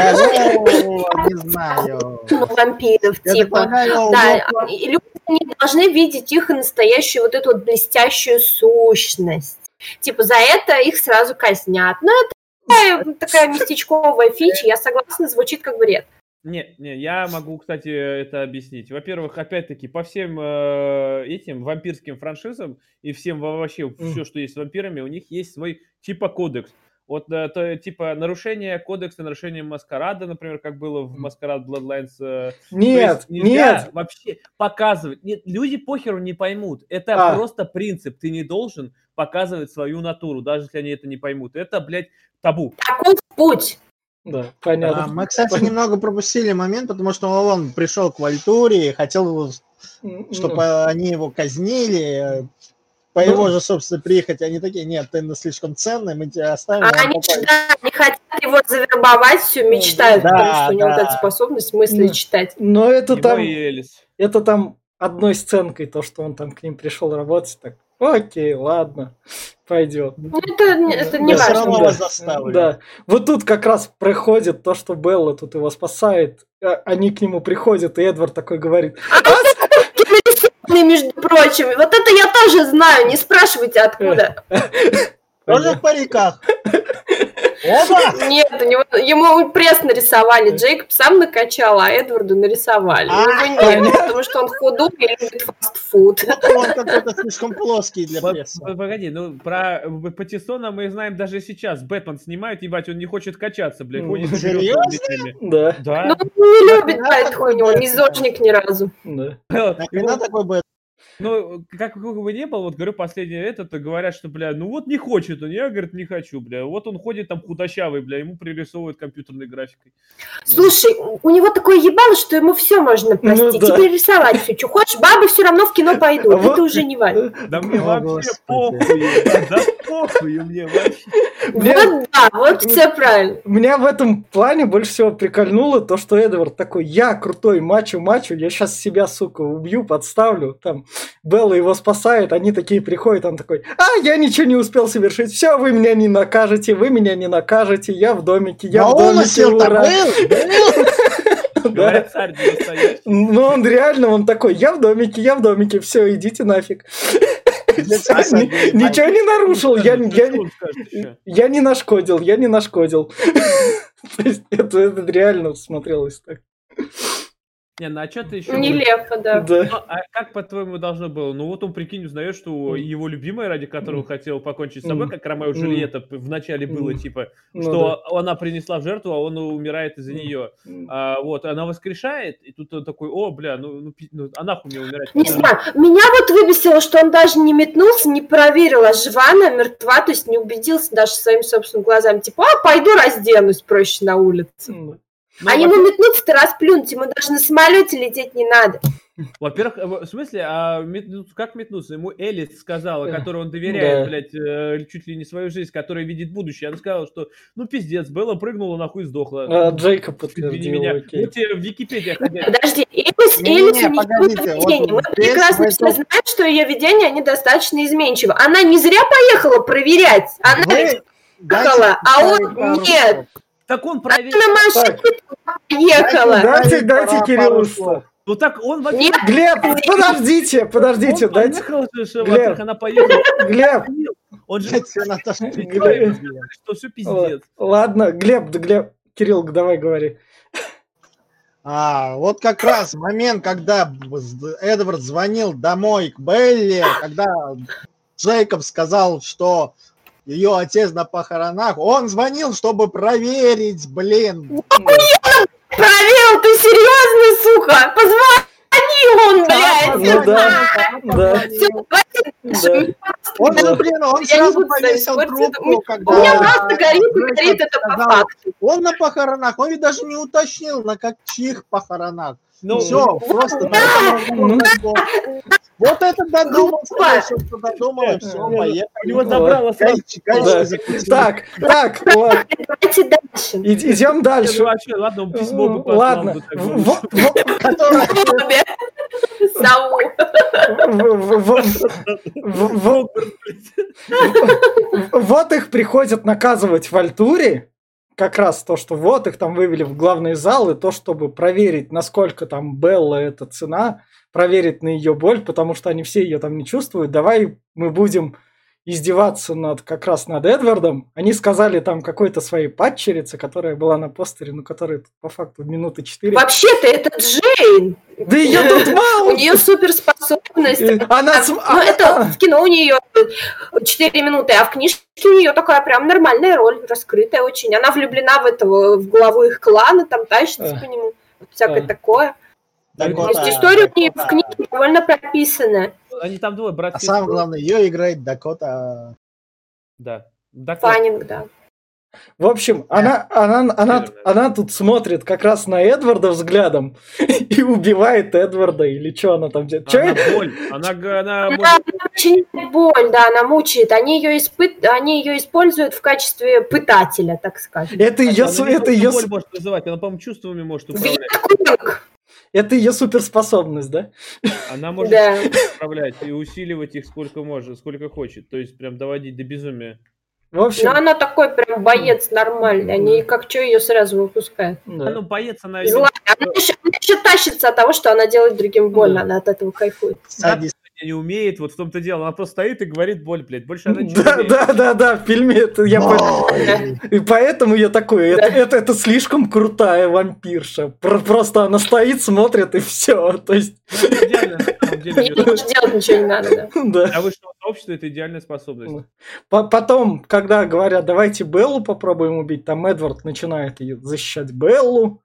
не знаю. Вампиров, типа. Да, люди не должны видеть их настоящую вот эту вот блестящую сущность. Типа, за это их сразу казнят. Ну, это такая, такая местечковая фича, я согласна, звучит как бред. Не, не, я могу, кстати, это объяснить. Во-первых, опять-таки, по всем э, этим вампирским франшизам и всем вообще mm. все, что есть с вампирами, у них есть свой типа кодекс. Вот то, типа нарушение кодекса, нарушение маскарада, например, как было в Маскарад Bloodlines. Э, нет, нет. Вообще показывать. Нет, люди похеру не поймут. Это а. просто принцип. Ты не должен показывать свою натуру, даже если они это не поймут. Это, блядь, табу. Таков путь. Да, понятно. А, мы, кстати, понятно. немного пропустили момент, потому что он пришел к Вальтуре, хотел, чтобы mm. они его казнили. По ну, его же, собственно, приехать, они такие, нет, ты слишком ценный, мы тебя оставим. А они, да, они хотят его завербовать, все мечтают, да, потому что да. у него эта способность мысли но, читать. Но это его там, это там одной сценкой, то, что он там к ним пришел работать, так, окей, ладно, пойдет. Ну, это, это не важно. Да. да. Вот тут как раз проходит то, что Белла тут его спасает, они к нему приходят, и Эдвард такой говорит... Между прочим, вот это я тоже знаю, не спрашивайте откуда. Тоже в париках. Оба! Нет, у него, ему пресс нарисовали. Джейкоб сам накачал, а Эдварду нарисовали. А, У него нет, потому что он худой и любит фастфуд. Он какой-то слишком плоский для По- пресса. по- Погоди, ну про э, Паттисона мы знаем даже сейчас. Бэтмен снимают, ебать, он не хочет качаться, блядь, Ну, ходит с серьезно? серьезными. Да. Ну, Да. он не любит эту хуйню, он не зожник ни разу. Да. Нахрена Его- такой Бэтмен? Ну, как какой бы ни был, вот говорю, последнее это, говорят, что, бля, ну вот не хочет он, я, говорит, не хочу, бля. Вот он ходит там худощавый, бля, ему пририсовывают компьютерной графикой. Слушай, у у него такое ебало, что ему все можно простить. да. Теперь рисовать все, что хочешь, бабы все равно в кино пойдут. А вот- Это уже не важно. Да мне О, вообще Господи. похуй, да, да похуй мне вообще. Мне- Вот да, вот все правильно. Меня в этом плане больше всего прикольнуло то, что Эдвард такой: я крутой мачо-мачо, я сейчас себя, сука, убью, подставлю. Там Белла его спасает, они такие приходят, он такой: а, я ничего не успел совершить, все, вы меня не накажете, вы меня не накажете, я в домике, я А в домике, умысел-то ура!» был? Был? Да. Говорят, царь не настоящий. Ну, он реально, он такой: я в домике, я в домике, все, идите нафиг. Ни- Ничего не нарушил, я, Что я, он скажет еще? я не нашкодил, я не нашкодил. То есть это, это реально смотрелось так. Не, ну а что ты еще... Нелепо, да. Ну, Да. а как, по-твоему, должно было? Ну, вот он, прикинь, узнает, что его любимая, ради которого хотел покончить с собой, Мгм. как Ромео и Мгм. Джульетта в начале было, Мгм. типа, Ну что она принесла в жертву, а он умирает из-за Мгм. нее. да. А, вот, она воскрешает, и тут он такой: о, бля, ну, ну, пи- ну, а нахуй мне умирать? Не знаю, меня вот выбесило, что он даже не метнулся, не проверил, а жива она, мертва, то есть не убедился даже своими собственными глазами. Типа, а, пойду разденусь проще на улице. М. Ну, А ему во- метнуться-то расплюнуть, ему даже на самолете лететь не надо. Во-первых, э, в смысле, а метну- как метнуться? Ему Элис сказала, Э, которой он доверяет, да. блядь, э, чуть ли не свою жизнь, которая видит будущее. Она сказала, что, ну, пиздец, Белла прыгнула, нахуй сдохла. А, Джейкоб Извини подтвердил, меня. окей. Вот тебе в Википедии ходят. Подожди, Элис, Не-не-не, Элис, у нее погодите, было вот видение. Мы здесь прекрасно в все этом- знаем, что ее видения, они достаточно изменчивы. Она не зря поехала проверять. Она Вы ведь дайте поехала, а вставить он пару нет. слов. Так он Она проверил. на машине поехала. Дайте, Дайте дайте пару Кириллу слов. слово. Ну так он, во-первых, Нет, Глеб, подождите, подождите, он дайте. поехал же, что, Глеб. во-первых, она поехала. Глеб, Он же Дайте Наташу Глеб. что все пиздец. ладно, Глеб, да Глеб, Кирилл, давай говори. А, вот как раз момент, когда Эдвард звонил домой к Белле, когда Джейкоб сказал, что ее отец на похоронах, он звонил, чтобы проверить, блин. проверил, ты серьезно, сука? Позвонил он, блядь. Ну да, да. Всё, хватит. Да. Он, Да. блин, он Я не сразу буду повесил ставить спорт, трубку, У когда... меня просто горит, Джейкоб горит это по сказал, факту. Он на похоронах, он ведь даже не уточнил, на каких похоронах. Ну, Все, просто на этом разговор пошел. Вот это додумался, решил, что додумал, и все, у поехали. него забрало сразу. Гаечки, гаечки Да. закрутили. Так, так, ладно, Давайте дальше. идем Ну, дальше. вообще, ладно, он письмо бы послал. Ладно, бы так, в- в- в- Которая- Обе. Сову. в- в- в- в- Вот их приходят наказывать в Альтуре, как раз то, что вот их там вывели в главный зал, и то, чтобы проверить, насколько там Белла эта цена, проверить на ее боль, потому что они все ее там не чувствуют. Давай мы будем издеваться над как раз над Эдвардом. Они сказали там какой-то своей падчерице, которая была на постере, ну, которая по факту минуты четыре. Вообще-то это Джейн. Да ее тут У мало! нее суперспособность. Э, Она... с- Ну, а- это в кино у нее четыре минуты, а в книжке у нее такая прям нормальная роль, раскрытая очень. Она влюблена в этого, в главу их клана, там тащится А. по нему. Вот всякое А. такое. То Дакота, есть история у нее в Дакота. книге довольно прописана. Они там двое, брат. А самое главное, ее играет Дакота. Да. Так, Фаннинг, да. В общем, она, она, она, она тут смотрит как раз на Эдварда взглядом и убивает Эдварда, или что она там делает? Чё она это? боль. Она, г- она Она может... причиняет боль, да, она мучает. Они ее, испыт... Они ее используют в качестве пытателя, так скажем. Это ее, она су- не это только ее, боль су- может вызывать, она, по-моему, чувствами может управлять. Виткунг. это ее суперспособность, да? Она может Да. управлять и усиливать их сколько может, сколько хочет. То есть прям доводить до безумия. В Но общем, она такой прям боец нормальный. Они как что ее сразу выпускают. да. Ну, боец она... Злая. Она еще, она еще тащится от того, что она делает другим больно. Она от этого кайфует. Садист. не умеет, вот в том-то дело. Она просто стоит и говорит боль, блядь. Больше она ничего Да, не умеет. да, да, да, в фильме это я понял. И поэтому я такой, это, это, это слишком крутая вампирша. Про- Просто она стоит, смотрит и все. То есть, Ну, это идеально, на самом деле. Ей больше делать ничего не надо, да. да. Для высшего сообщества это идеальная способность. По- Потом, когда говорят, давайте Беллу попробуем убить, там Эдвард начинает ее защищать Беллу.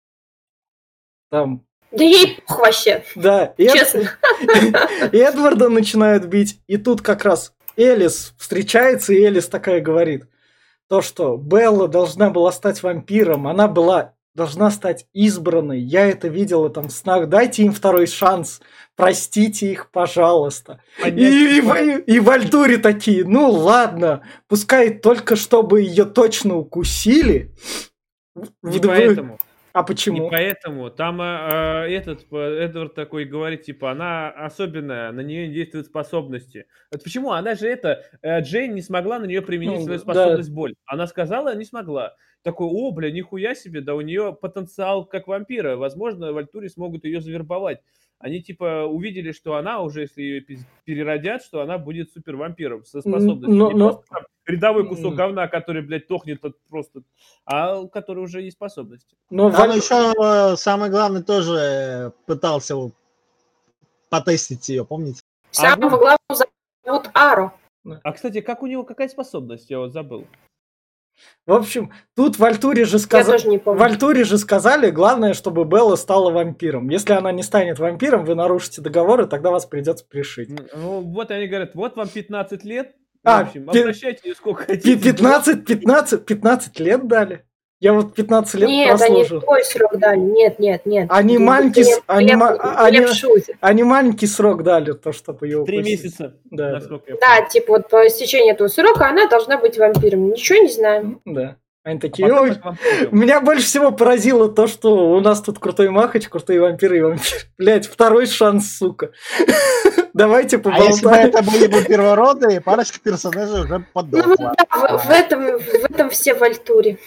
Там, Да ей пух вообще, да, Эд- честно. Эдварда начинают бить, и тут как раз Элис встречается, и Элис такая говорит, то, что Белла должна была стать вампиром, она была должна стать избранной, я это видела там в снах, дайте им второй шанс, простите их, пожалуйста. Понять, И, и, типа, в- и в Альтуре такие, ну ладно, пускай только чтобы ее точно укусили. не В- в- поэтому. А Не почему? поэтому. Там а, а, этот э, Эдвард такой говорит, типа, она особенная, на нее действуют способности. Вот почему? Она же это, э, Джейн не смогла на нее применить Ну, свою да. способность боль. Она сказала, не смогла. Такой, о, бля, нихуя себе, да у нее потенциал как вампира. Возможно, в Альтуре смогут ее завербовать. Они, типа, увидели, что она уже, если ее пиз- переродят, что она будет супер вампиром со Н- способностью. но- Не но- просто там рядовой кусок М. говна, который, блядь, тохнет от просто, а у которой уже есть способности. Но Там Валь- еще э, самый главный тоже э, пытался вот потестить ее, помните? Самого ну- главного зовут Аро. А, кстати, как у него, какая способность? Я вот забыл. В общем, тут в Альтуре же Я сказали... тоже не В помню. Альтуре же сказали, главное, чтобы Белла стала вампиром. Если она не станет вампиром, вы нарушите договор, и тогда вас придется пришить. Ну, ну, вот они говорят, вот вам пятнадцать лет, в А, общем, пи- обращайтесь сколько Пи- хотите. пятнадцать, пятнадцать, пятнадцать лет дали. Я вот пятнадцать лет Нет, они прослужил. твой срок дали. Нет, нет, нет. Они Глеб- маленький с- они Глеб- ма- они- Глеб шутит. Они маленький срок дали, то, чтобы ее Три укусить. месяца, Да, да. насколько я Да, помню. типа вот по истечении этого срока она должна быть вампиром. Ничего не знаем. Да. Они А такие, потом ой, мы к вам придем. меня больше всего поразило то, что у нас тут крутой махач, крутые вампиры и вампир. Блять, второй шанс, сука. Давайте А если бы поболтаем. это были бы первородные, парочка персонажей уже Ну подохла. да, в, в этом, в этом все в Альтуре.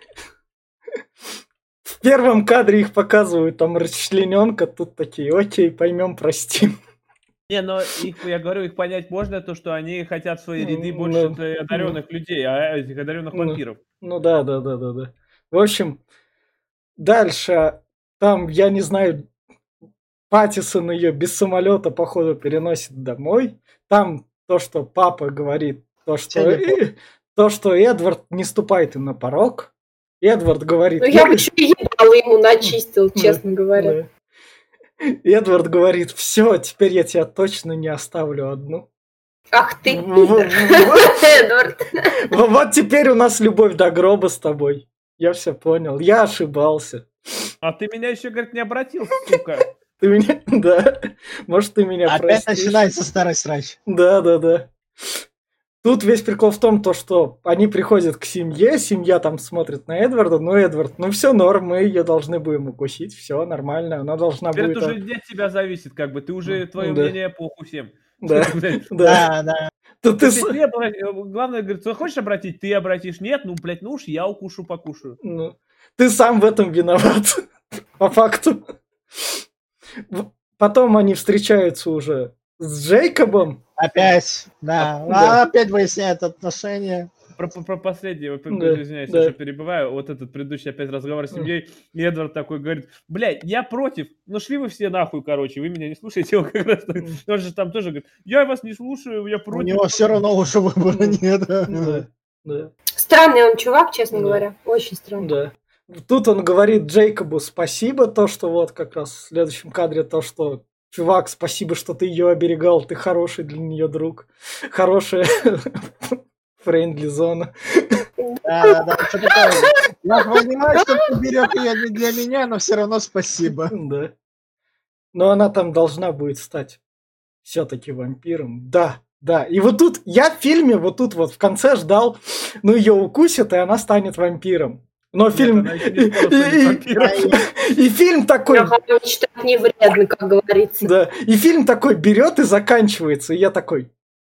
В первом кадре их показывают, там расчлененка, тут такие, окей, поймем, простим. Не, но их, я говорю, их понять можно, то, что они хотят в свои ряды Ну, больше ну, э, одаренных людей, а этих одаренных Ну. вампиров. Ну да, да, да, да, да. В общем, дальше там, я не знаю, Паттисон ее без самолета, походу, переносит домой. Там то, что папа говорит, то, что, Телепорт. то, что Эдвард не ступает им на порог. Эдвард говорит... Ну я бы «Ну, еще и ебало ему начистил, Да, честно говоря. да». Эдвард говорит, все, теперь я тебя точно не оставлю одну. Ах ты, В- в- пидор. в- Эдвард. в- Вот теперь у нас любовь до гроба с тобой. Я все понял. Я ошибался. А ты меня еще, говорит, не обратил, сука. Ты меня... Да. Может, ты меня Опять простишь. начинается старый срач. Да, да, да. Тут весь прикол в том, то, что они приходят к семье, семья там смотрит на Эдварда, ну, Эдвард, ну все норм, мы ее должны будем укусить, все нормально, она должна Теперь будет... это уже не от тебя зависит, как бы, ты уже, твое Да. мнение похуй всем. Да, Блядь. да. Да, да. Тут ты... Если с- ты обра- Главное, говорит, ты хочешь обратить, ты обратишь. Нет, ну, блядь, ну уж я укушу, покушаю. ну, ты сам в этом виноват, по факту. В- Потом они встречаются уже с Джейкобом. Опять, да. Да. А, опять выясняют отношения. Про, про- про последнее, вот, Да, извиняюсь, да. я еще перебиваю. Вот этот предыдущий опять разговор с семьей. И Эдвард такой говорит, блядь, я против. Ну шли вы все нахуй, короче, вы меня не слушаете. Он как раз так- он же там тоже говорит, я вас не слушаю, я У против. него все равно уже выбора нет. Да, да. Странный он чувак, честно Да. говоря. Очень странный. Да. Тут он говорит Джейкобу спасибо, то, что вот как раз в следующем кадре, то, что чувак, спасибо, что ты ее оберегал, ты хороший для нее друг, хорошая френдли зона. Да, да, да. Что такое? Я понимаю, что ты берег ее не для меня, но все равно спасибо. Да. Но она там должна будет стать все-таки вампиром. Да, да. И вот тут я в фильме, вот тут вот в конце ждал, ну ее укусят, и она станет вампиром. Но Нет, фильм... она еще не скоро станет и- вампиром. И фильм такой... Ага, читать не вредно, как говорится. Да, и фильм такой берет и заканчивается, и я такой,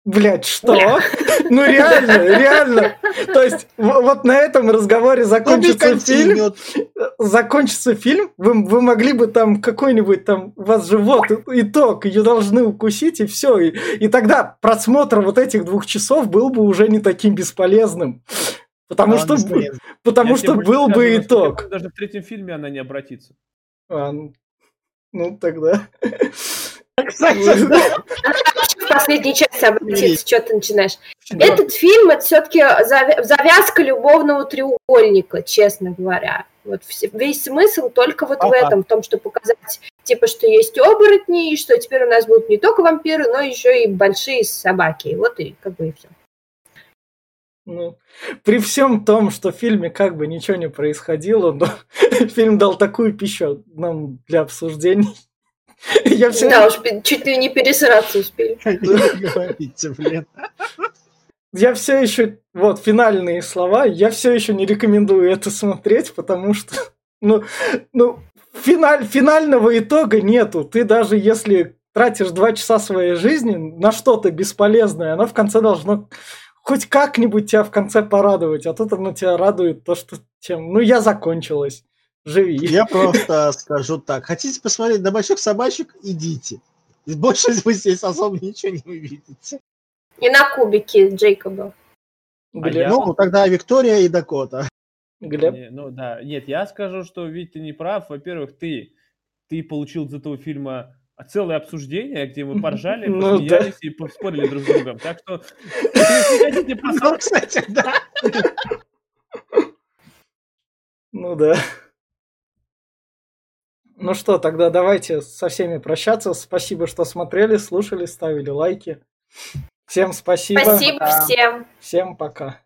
Блять, что? Ну реально, реально. То есть вот на этом разговоре закончится фильм. Закончится фильм, вы, вы могли бы там какой-нибудь там, у вас же вот итог, ее должны укусить, и все. И, и тогда просмотр вот этих двух часов был бы уже не таким бесполезным. Потому что, потому что был бы итог. Даже в третьем фильме она не обратится. А, ну тогда... Кстати, в последней части обратиться, что ты начинаешь. Этот фильм, это все-таки завязка любовного треугольника, честно говоря. Вот весь смысл только вот в этом, в том, что показать, типа, что есть оборотни, и что теперь у нас будут не только вампиры, но еще и большие собаки. Вот и как бы и все. Ну, при всем том, что в фильме как бы ничего не происходило, но фильм дал такую пищу нам для обсуждений. Я все... Да, уж чуть ли не пересраться успели. Говорите, блин. Я все еще, вот, финальные слова, я все еще не рекомендую это смотреть, потому что, ну, ну финаль, финального итога нету. Ты даже если тратишь два часа своей жизни на что-то бесполезное, оно в конце должно хоть как-нибудь тебя в конце порадовать, а тут оно тебя радует то, что чем, ну, я закончилась. Живи. Я просто скажу так. Хотите посмотреть на больших собачек? Идите. Больше вы здесь особо ничего не увидите. И на кубике Джейкоба. А я... Ну, тогда Виктория и Дакота. Глеб? Не, ну да, нет, я скажу, что Вить, ты не прав. Во-первых, ты, ты получил из этого фильма целое обсуждение, где мы поржали, ну, посмеялись да. и поспорили друг с другом. Так что, если хотите посмотреть... Кстати, да. Ну да. Ну что, тогда давайте со всеми прощаться. Спасибо, что смотрели, слушали, ставили лайки. Всем спасибо. Спасибо всем. Всем пока.